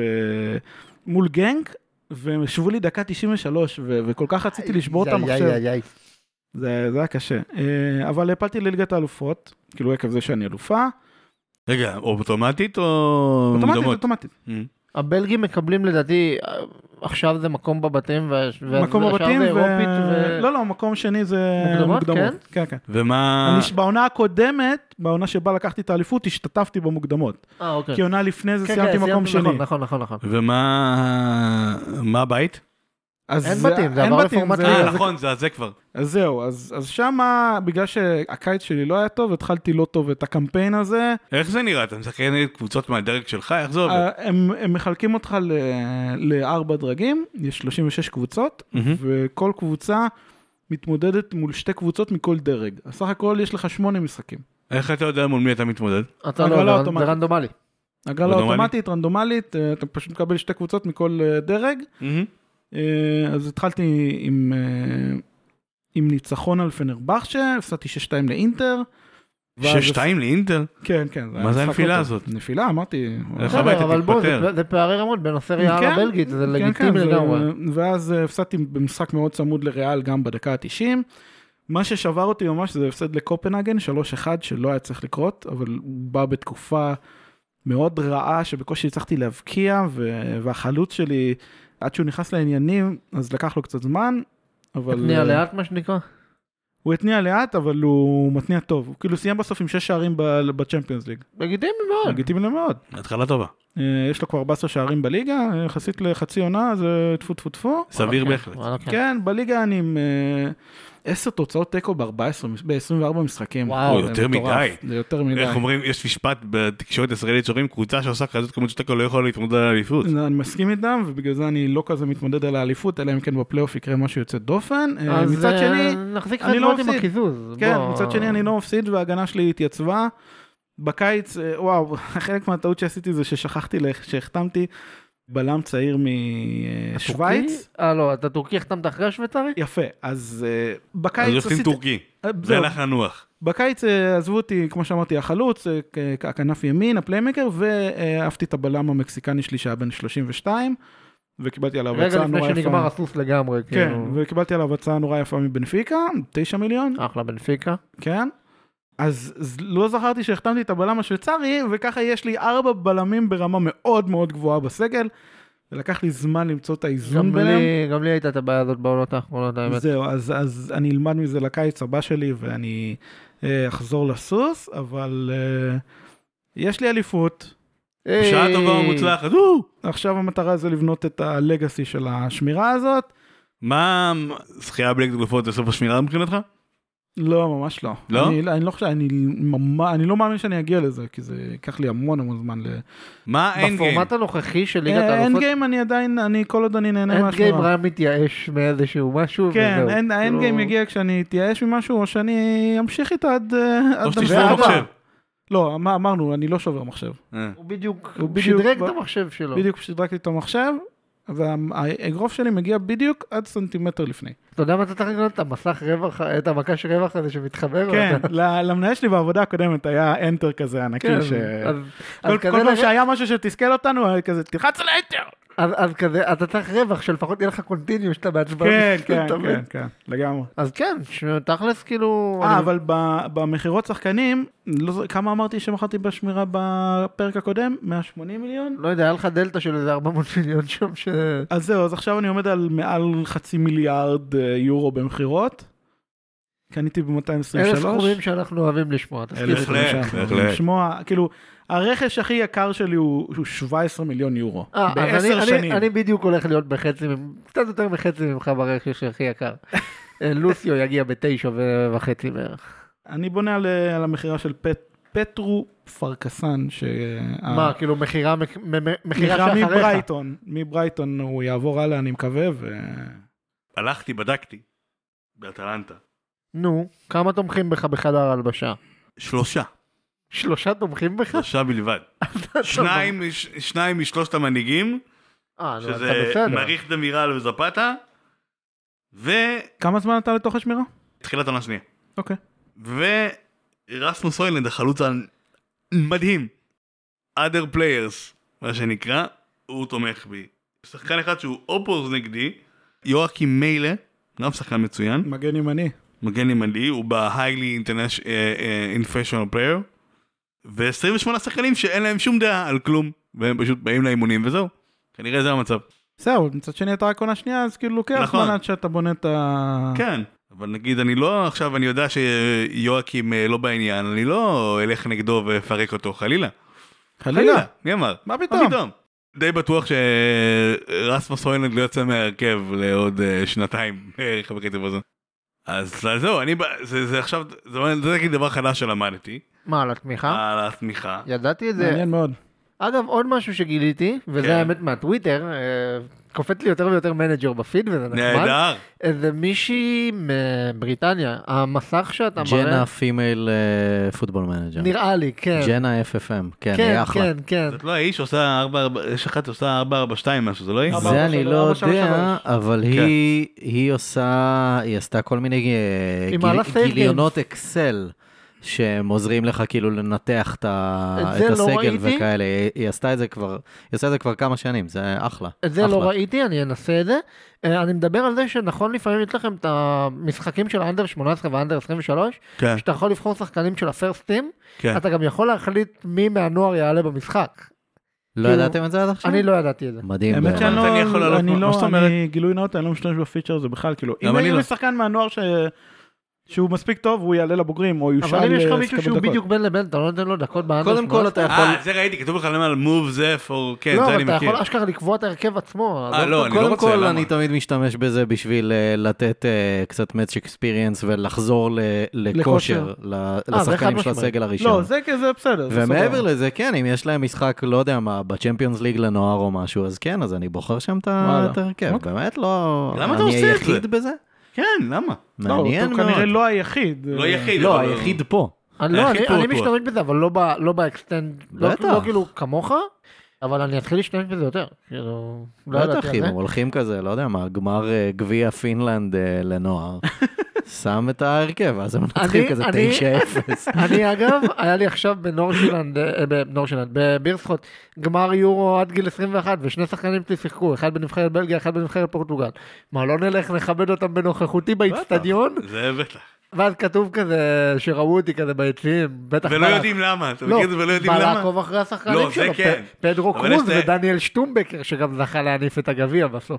מול גנג, והם שבו לי דקה תשעים ושלוש, ו- וכל כך רציתי לשבור את איי, המחשב. איי, איי, איי. זה, זה היה קשה. אה, אבל הפלתי לליגת האלופות, כאילו עקב זה שאני אלופה. רגע, אוטומטית או אוטומטית, מוקדמות? אוטומטית. Mm. הבלגים מקבלים לדעתי, עכשיו זה מקום בבתים, ו... מקום והשאר בבתים, זה ו... אירופית ו... לא, לא, מקום שני זה מוקדמות, מוקדמות. כן, כן. ומה... אני, בעונה הקודמת, בעונה שבה לקחתי את האליפות, השתתפתי במוקדמות. אה, אוקיי. כי עונה לפני זה כן, סיימתי כן, מקום סיימת, שני. נכון, נכון, נכון, נכון. ומה... מה הבית? אז אין זה- בתים, זה אין עבר בתים, לפורמט זה- ליגה. אה, זה- נכון, זה זה כבר. אז זהו, אז, אז שמה, בגלל שהקיץ שלי לא היה טוב, התחלתי לא טוב את הקמפיין הזה. איך זה נראה? אתה משחק נגד קבוצות מהדרג שלך? איך זה עובד? אה, הם, הם מחלקים אותך ל, לארבע דרגים, יש שלושים ושש קבוצות, מהמם. וכל קבוצה מתמודדת מול שתי קבוצות מכל דרג. אז סך הכל יש לך שמונה משחקים. איך אתה יודע מול מי אתה מתמודד? אתה הגרלה לא, זה- אוטומטית. זה רנדומלי. הגרלה רנדומלי? אוטומטית, רנדומלית, אה, אתה פשוט מקבל שתי קבוצות מכל אה, דרג. מהמם. אה, אז התחלתי עם, אה, עם ניצחון על פנרבחצ'ה, הפסדתי שש שתיים לאינטר. שש שתיים לאינטר? כן, כן. מה זה הנפילה הזאת? נפילה, אמרתי. אבל בוא, זה פערי רמות בין הסריה הבלגית, זה לגיטימי לגמרי. ואז הפסדתי במשחק מאוד צמוד לריאל גם בדקה ה-תשעים. מה ששבר אותי ממש זה הפסד לקופנהגן, שלוש אחד שלא היה צריך לקרות, אבל הוא בא בתקופה מאוד רעה שבקושי הצלחתי להבקיע, והחלוץ שלי, עד שהוא נכנס לעניינים, אז לקח לו קצת זמן. התניע לאט מה שנקרא? הוא התניע לאט, אבל הוא מתניע טוב. הוא כאילו סיים בסוף עם שש שערים בצ'מפיונס ליג. לגיטימי מאוד. לגיטימי מאוד. התחלה טובה. יש לו כבר ארבע עשרה שערים בליגה, יחסית לחצי עונה, זה טפו טפו טפו. סביר בהחלט. כן, בליגה אני עם עשר תוצאות טקו ב-עשרים וארבע משחקים. וואו, יותר מדי. זה יותר מדי. איך אומרים, יש משפט בתקשורת הישראלית שאומרים, קבוצה שעושה כזאת כמות שטקו לא יכולה להתמודד על האליפות. אני מסכים איתם, ובגלל זה אני לא כזה מתמודד על האליפות, אלא אם כן בפלייאוף יקרה משהו יוצא דופן. מצד שני, אני לא מפסיד. כן, מצד שני אני לא מפסיד, וההגנה שלי התייצבה. בקיץ, וואו, חלק מהטעות שעשיתי זה ששכחתי שהחתמתי בלם צעיר משוויץ. אה לא, אתה טורקי החתמת אחרי השוויצרי? יפה, אז בקיץ... אז יוצאים טורקי, זה הלך לנוח. בקיץ עזבו אותי, כמו שאמרתי, החלוץ, הכנף ימין, הפליימקר, ואהבתי את הבלם המקסיקני שלי שהיה בן שלושים ושתיים, וקיבלתי עליו הצעה נורא יפה. רגע לפני שנגמר הסוס לגמרי. כן, וקיבלתי עליו הצעה נורא יפה מבנפיקה, תשע מיליון. אחלה בנפיקה. כן. אז, אז לא זכרתי שהחתמתי את הבלם השוויצרי, וככה יש לי ארבע בלמים ברמה מאוד מאוד גבוהה בסגל, ולקח לי זמן למצוא את האיזון ביניהם. גם לי הייתה את הבעיה הזאת בעונות האחרונות, האמת. זהו, אז, אז אני אלמד מזה לקיץ הבא שלי, ואני אה, אחזור לסוס, אבל אה, יש לי אליפות. בשעה טובה ומוצלחת. עכשיו המטרה זה לבנות את הלגאסי של השמירה הזאת. מה זכייה בליגת האלופות בסוף השמירה מבחינתך? לא, ממש לא. לא? אני, אני לא חושב, אני, אני לא מאמין שאני אגיע לזה, כי זה ייקח לי המון המון זמן ל... מה האנד גיים? בפורמט הנוכחי של ליגת האלופות? האנד גיים אני עדיין, אני כל עוד אני נהנה מהשמירה. האנד גיים רע מתייאש מאיזשהו משהו, כן, האנד גיים יגיע כשאני אתייאש ממשהו, או שאני אמשיך איתו עד... או שתשבור מחשב. לא, אמרנו, אני לא שובר מחשב. הוא בדיוק שדרג את המחשב שלו. בדיוק שדרגתי את המחשב, והאגרוף שלי מגיע בדיוק עד סנטימטר לפני. אתה יודע מה אתה צריך לקנות? את המסך רווח, את המקש רווח הזה שמתחבר? כן, למנהל שלי בעבודה הקודמת היה אנטר כזה ענקי, כל פעם שהיה משהו שתסכל אותנו, כזה תלחץ על האנטר. אז כזה, אתה צריך רווח שלפחות יהיה לך קונטיניו שאתה בהצבעה. כן, כן, כן, כן, לגמרי. אז כן, תכלס כאילו... אה, אבל במחירות שחקנים, כמה אמרתי שמחרתי בשמירה בפרק הקודם? מאה ושמונים מיליון? לא יודע, היה לך דלטה של איזה ארבע מאות מיליון שם ש... אז זהו, אז עכשיו אני עומד על מעל חצי מיליארד יורו במחירות. קניתי ב-מאתיים עשרים ושלוש. אלה סכומים שאנחנו אוהבים לשמוע. לשמוע, כאילו... הרכש הכי יקר שלי הוא שבע עשרה מיליון יורו, בעשר שנים. אני בדיוק הולך להיות בחצי, קצת יותר מחצי ממך ברכש הכי יקר. לוסיו יגיע בתשע וחצי בערך. אני בונה על המחירה של פטרו פרקסן. מה, כאילו מחירה שאחריך? מברייטון, מברייטון הוא יעבור הלאה, אני מקווה. הלכתי, בדקתי, באטלנטה. נו, כמה תומכים בך בחדר הלבשה? שלושה. שלושה תומכים בך? שלושה בלבד. שניים, שניים משלושת המנהיגים, שזה מריח דמירל וזפתה, ו... כמה זמן אתה לתוך השמירה? תחילת עונה שנייה. אוקיי. ורסמוס הוילנד, החלוץ המדהים, other players, מה שנקרא, הוא תומך בי. שחקן אחד שהוא אופוז נגדי, יואקים מיילה, גם שחקן מצוין. מגן ימני. מגן ימני, הוא ב-highly international player. ו-עשרים ושמונה שחקנים שאין להם שום דעה על כלום, והם פשוט באים לאימונים וזהו. כנראה זה המצב. זהו, מצד שני אתה רק עונה שנייה, אז כאילו לוקח זמן עד שאתה בונה את ה... כן, אבל נגיד אני לא, עכשיו אני יודע שיואקים לא בעניין, אני לא אלך נגדו ופרק אותו, חלילה. חלילה? מי אמר? מה פתאום? די בטוח שרסמוס הוילנד לא יוצא מהרכב לעוד שנתיים, איך בקטב הזה. אז זהו, אני, זה, זה עכשיו, זה, זה נגיד דבר חדש שלמדתי. מה, על התמיכה? על התמיכה. ידעתי את זה. מעניין מאוד. אגב, עוד משהו שגיליתי, וזה כן. האמת מהטוויטר, קופץ לי יותר ויותר מנג'ר בפיד, וזה נחמד. נהדר. איזה מישהי מבריטניה, המסך שאתה מראה... ג'נה פימייל פוטבול מנג'ר. נראה לי, כן. ג'נה אף אף אם, כן, כן, היא אחלה. כן, כן. זאת לא האיש שעושה ארבע, יש אחת שעושה ארבע ארבע שתיים משהו, זה לא היא? זה אני לא יודע, אבל כן. היא היא עושה, היא עשתה כל מיני אה, היא גיל- מעלה save גיליונות אקסל. שהם עוזרים לך כאילו לנתח את ה- את את זה לא הסגל ראיתי. וכאלה, היא- היא עשתה את זה כבר, היא עשתה את זה כבר כמה שנים, זה אחלה. את זה אחלה. לא ראיתי, אני אנסה את זה. אה, אני מדבר על זה שנכון לפעמים יש לכם את המשחקים של האנדר שמונה עשרה והאנדר עשרים ושלוש, כן, שאתה יכול לבחור שחקנים של הפרסט טים, כן. אתה גם יכול להחליט מי מהנוער יעלה במשחק. לא כאילו, ידעתם את זה עד עכשיו? אני לא ידעתי את זה. מדהים. האמת ב- שאני אני יכול לא, לעלות אני מה לא, שאת אומרת. אני גילוי נאות, אני לא משתמש בפיצ'ר הזה בכלל, כאילו, אם גם אני אם לא. יש שחקן מהנוער ש... שהוא מספיק טוב, הוא יעלה לבוגרים, או יושאל... אבל אם יש לך אה, מישהו כמה שהוא דקות. בדיוק בין לבין, אתה לא נותן לו דקות באנדר קודם כל אתה יכול, אה, זה ראיתי, כתוב לך למעלה move זה for, כן, לא, זה אבל אני אתה מכיר. יכול אשכרה לקבוע את ההרכב עצמו. אה, עזוב לא, אותו. אני לא קודם רוצה, כל למה? אני תמיד משתמש בזה בשביל אה, לתת אה, קצת match experience ולחזור ל- לכושר, ל- זה לשחקנים חד של משמעית. הסגל הראשון. לא, זה כזה בסדר. זה ומעבר סבבה. לזה, כן, אם יש להם משחק, לא יודע מה, בצ'מפיונס ליג לנוער או משהו, אז כן, אז אני בוחר שם את ה- וואלה. את ההרכב. אוקיי. באמת לא... למה אתה אני עושה את זה? היחיד בזה? כן, למה? לא, מעניין הוא מאוד. כנראה לא היחיד. לא יחיד. לא, אבל- היחיד פה. אני לא, הכי אני- טוב אני בטוח. משתמש בזה, אבל לא ב- לא באקסטנד, לא בטח. לא כאילו כמוך, אבל אני אתחיל להשתמש בזה יותר. כאילו, לא בטח, ידעתי אם על זה. הם הולכים כזה, לא יודע מה, גמר אה, גביע פינלנד אה, לנוער, שם את ההרכב, אז הם מנצחים אני- כזה אני- תשע אפס. אני אגב, היה לי עכשיו בנורשילנד, אה, בנורשילנד, בבירסחוט, גמר יורו עד גיל עשרים ואחת, ושני שחקנים שלי שיחקו, אחד בנבחרת בלגיה, אחד בנבחרת פורטוגל. מה, לא נלך נכבד אותם בנוכחותי באצטדיון? זה בטח. ואז כתוב כזה, שראו אותי כזה ביציעים, בטח... ולא בא- יודעים למה, אתה לא, מכיר את זה ולא יודעים בא למה? לעקוב אחרי השחקנים לא, זה שלו, כן. פ- פדרו אבל יש קרוז את ה- ודניאל שטומבקר, שגם זכה להניף את הגביע בסוף,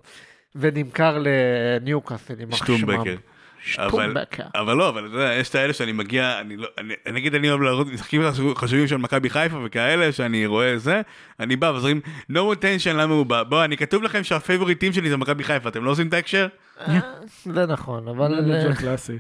ונמכר לניוקאסל, יימח שמם. שטומבקר. אבל, שטומבקר. אבל לא, אבל אתה יודע, יש את האלה שאני מגיע, אני לא, אני, אני אגיד, אני אוהב לראות משחקים חשובים של מכבי חיפה וכאלה, שאני רואה זה, אני בא וזרים, no attention למה הוא בא, בוא, אני כתוב לכם שהפייבוריטים שלי זה מכבי חיפה, אתם לא עושים את ההקשר? אה, זה נכון, אבל... מנג'ר קלאסי.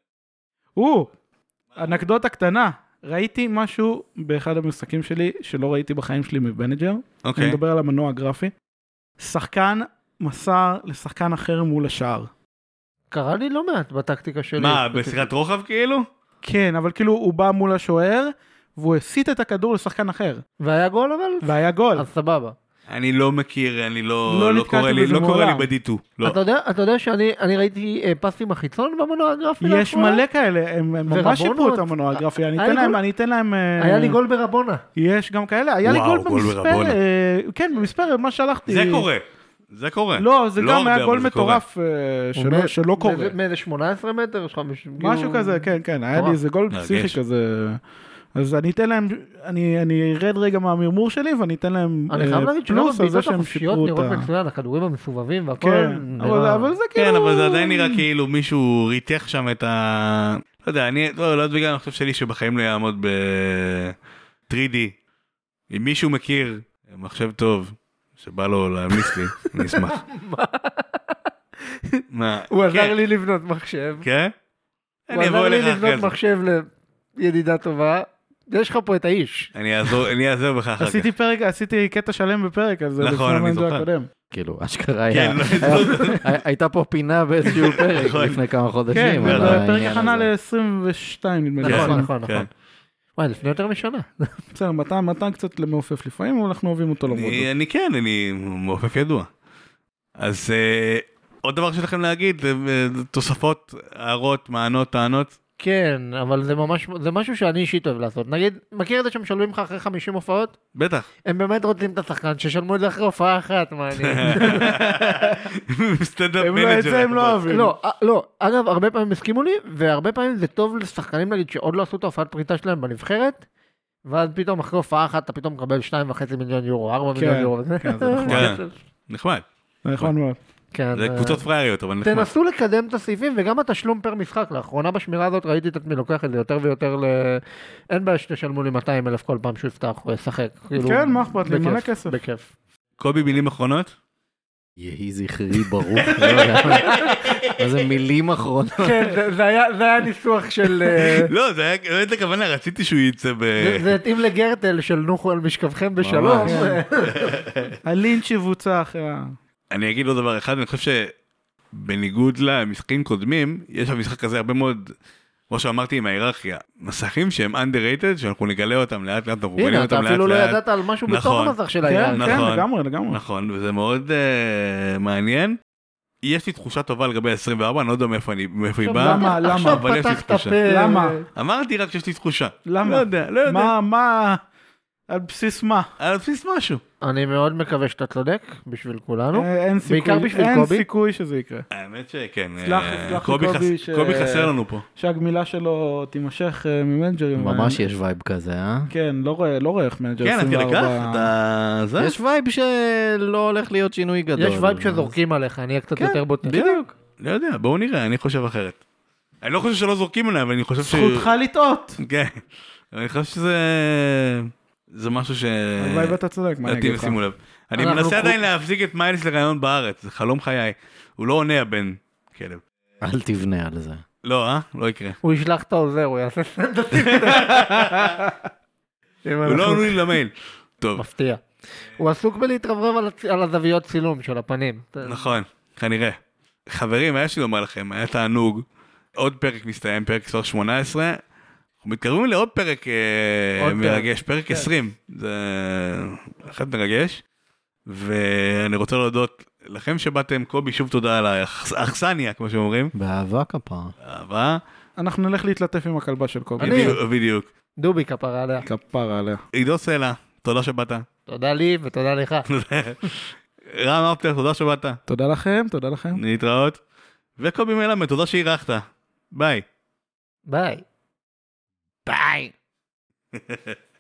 או, אנקדוטה קטנה. ראיתי משהו באחד המשחקים שלי שלא ראיתי בחיים שלי מבנג'ר. אני אוקיי. מדבר על המנוע הגרפי. שחקן מסר לשחקן אחר מול השער. קרה לי לא מעט בטקטיקה שלי. מה, בשיחת רוחב כאילו? כן, אבל כאילו הוא בא מול השוער, והוא הסיט את הכדור לשחקן אחר. והיה גול אבל? והיה גול. אז סבבה. אני לא מכיר, אני לא, לא לא נתקלתי קורא לי, בזה לא קורא לי מעולם. בדיטו, לא. אתה יודע, אתה יודע שאני אני ראיתי אה, פסים החיצון במנוע הגרפי? יש לאחרונה? מלא כאלה, הם הם ממש שיפרו ורבונות? את המנוע הגרפי. אני היה אתן לי להם, גול? אני אתן להם... אה, היה לי גול ברבונה. יש גם כאלה, היה לי וואו, גול גול במספר, ברבונה. אה, כן, במספר, מה שלחתי. זה קורה, זה קורה. לא, זה גם הרבה, היה גול אבל זה קורה. מטורף אה, שלא- שלא קורה. מאיזה שמונה עשרה מטר? שלך מש- משהו כאילו- כזה, כן, כן, היה לי מטורף. איזה גול מרגש. פסיכי כזה. אז אני אתן להם, אני אני ארד רגע מהמרמור שלי ואני אתן להם אני אה, חייב להגיד שלא פלוס על זה בבעיטות שהם החופשיות שיפרו את נראות ה... מצוין, הכדורים המסובבים והכל. כן, אבל נראה- אבל זה כאילו... כן, אבל זה עדיין נראה כאילו מישהו ריתך שם את ה... לא יודע, אני, לא, לא יודע בגלל המחשב שלי שבחיים לא יעמוד ב-תרי די. אם מישהו מכיר מחשב טוב, שבא לו להמליץ לי, אני אשמח. מה? הוא כן, עזר לי לבנות מחשב. כן? הוא אני אבוא עזר לי אליך אחרי לבנות זה. מחשב לידידה טובה. יש לך פה את האיש. אני אעזור, אני אעזור בך אחר כך. עשיתי פרק, עשיתי קטע שלם בפרק על זה. נכון, לפני אני המנג'ר זוכר. הקודם. כאילו, אשכרה היה, כן, לא, היה- הייתה פה פינה באיזשהו פרק נכון. לפני כמה כן, חודשים. על זה פרק העניין הכנה הזה. ל-עשרים ושתיים נדמה לי. נכון, כן, נכון, נכון. כן. וואי, לפני יותר משנה. בסדר, מתן מתן קצת מעופף לפעמים, אבל אנחנו אוהבים אותו למרות זאת. אני, אני כן, אני מעופף ידוע. אז אה, עוד דבר שיש לכם להגיד, אה, תוספות, הערות, מענות, טענות. כן, אבל זה ממש, זה משהו שאני אישית אוהב לעשות. נגיד, מכיר את זה שמשלמים לך אחרי חמישים הופעות? בטח. הם באמת רוצים את השחקן, ששלמו את זה אחרי הופעה אחת, מה אני... סטנדאפ הם לא, את זה הם לא אוהבים. לא, אה, לא, אגב, הרבה פעמים הסכימו לי, והרבה פעמים זה טוב לשחקנים, נגיד, שעוד לא עשו את ההופעת פריטה שלהם בנבחרת, ואז פתאום אחרי הופעה אחת אתה פתאום מקבל שתיים וחצי מיליון יורו, ארבע כן, מיליון יורו. כן, זה נחמד. כן. נחמד. נכון מאוד. כן, זה אה, קבוצות פרייריות, אבל נחמד. תנסו לקדם את הסעיפים וגם התשלום פר משחק. לאחרונה בשמירה הזאת ראיתי את עצמי לוקח את זה יותר ויותר ל... אין בעיה שתשלמו לי מאתיים אלף כל פעם שהוא יפתח או ישחק. כאילו, כן, מה אכפת לי, בכיף, מלא כסף. בכיף. קובי, מילים אחרונות? יהי זכרי ברוך. לא יודע. מה זה מילים אחרונות? כן, זה- זה היה- זה היה ניסוח של... אה, לא, זה היה באמת לכוונה, רציתי שהוא יצא ב... זה- זה התאים לגרטל של נוחו על משכבכם בשלום. ממש. הלינץ' יבוצע אחרי ה... אני אגיד עוד דבר אחד, אני חושב שבניגוד למשחקים קודמים, יש במשחק הזה הרבה מאוד, כמו שאמרתי עם ההיררכיה, מסכים שהם underrated, שאנחנו נגלה אותם לאט לאט, אנחנו מגלים הנה, אתה אותם לאט אפילו לא לאט. ידעת על משהו בתוך נכון. המסך של כן, ההיררכיה. כן, נכון. לגמרי, לגמרי. נכון, וזה מאוד uh, מעניין. יש לי תחושה טובה לגבי עשרים וארבע, אני לא יודע מאיפה היא באה. למה, למה? עכשיו אבל יש לי פתחת תחושה. פה. למה? אמרתי רק שיש לי תחושה. למה? לא יודע, לא יודע. מה, מה, על בסיס מה? על בסיס משהו. אני מאוד מקווה שאתה צודק, בשביל כולנו. אה, אין סיכוי, בעיקר בשביל אין קובי. סיכוי שזה יקרה. האמת שכן. סלח- אה, סלח לי, קובי קובי, חס- ש- קובי חסר לנו פה. שהגמילה שלו תימשך אה, ממנג'רים. ממש אה, יש וייב כזה, אה? כן, לא רואה, לא רואה איך מנג'ר כן, עד עשרים כדי וארבע. כך, אתה... זה? יש וייב שלא הולך להיות שינוי גדול. יש וייב שזורקים עליך, אני אהיה קצת כן, יותר בוטה. בדיוק. לא יודע, בואו נראה, אני חושב אחרת. אני לא חושב שלא זורקים עליי, אבל אני חושב ש... זכותך לטעות. כן. אני חושב שזה... זה משהו ש... הלוואי ואתה צודק, מה אני לדעתי, אגיד לך? שימו לב. אני אנחנו מנסה חו- עדיין להפסיק את מיילס לרעיון בארץ, זה חלום חיי. הוא לא עונה הבן כלב. אל תבנה על זה. לא, אה? לא יקרה. הוא ישלח את העוזר, הוא יעשה סנדטים. הוא לא ענו לי למייל. טוב, מפתיע. הוא עסוק בלהתרברב על הצ- על הזוויות צילום של הפנים. נכון, כנראה. חברים, היה שלי לומר לכם, היה תענוג. עוד פרק מסתיים, פרק מספר שמונה עשרה. אנחנו מתקרבים לעוד פרק אה, עוד מרגש, פרק. פרק כן. עשרים. זה אחד מרגש. ואני רוצה להודות לכם שבאתם, קובי, שוב תודה על האכסניה, כמו שאומרים. באהבה כפרה. אהבה. אנחנו נלך להתלטף עם הכלבה של קובי. אני- בדיוק, בדיוק. דובי כפרה עליה. כפרה עליה. עידו סלע, תודה שבאת. תודה לי ותודה לך. רם אפטר, תודה שבאת. תודה לכם, תודה לכם. להתראות. וקובי מלמד, תודה שאירחת. ביי. ביי. ביי.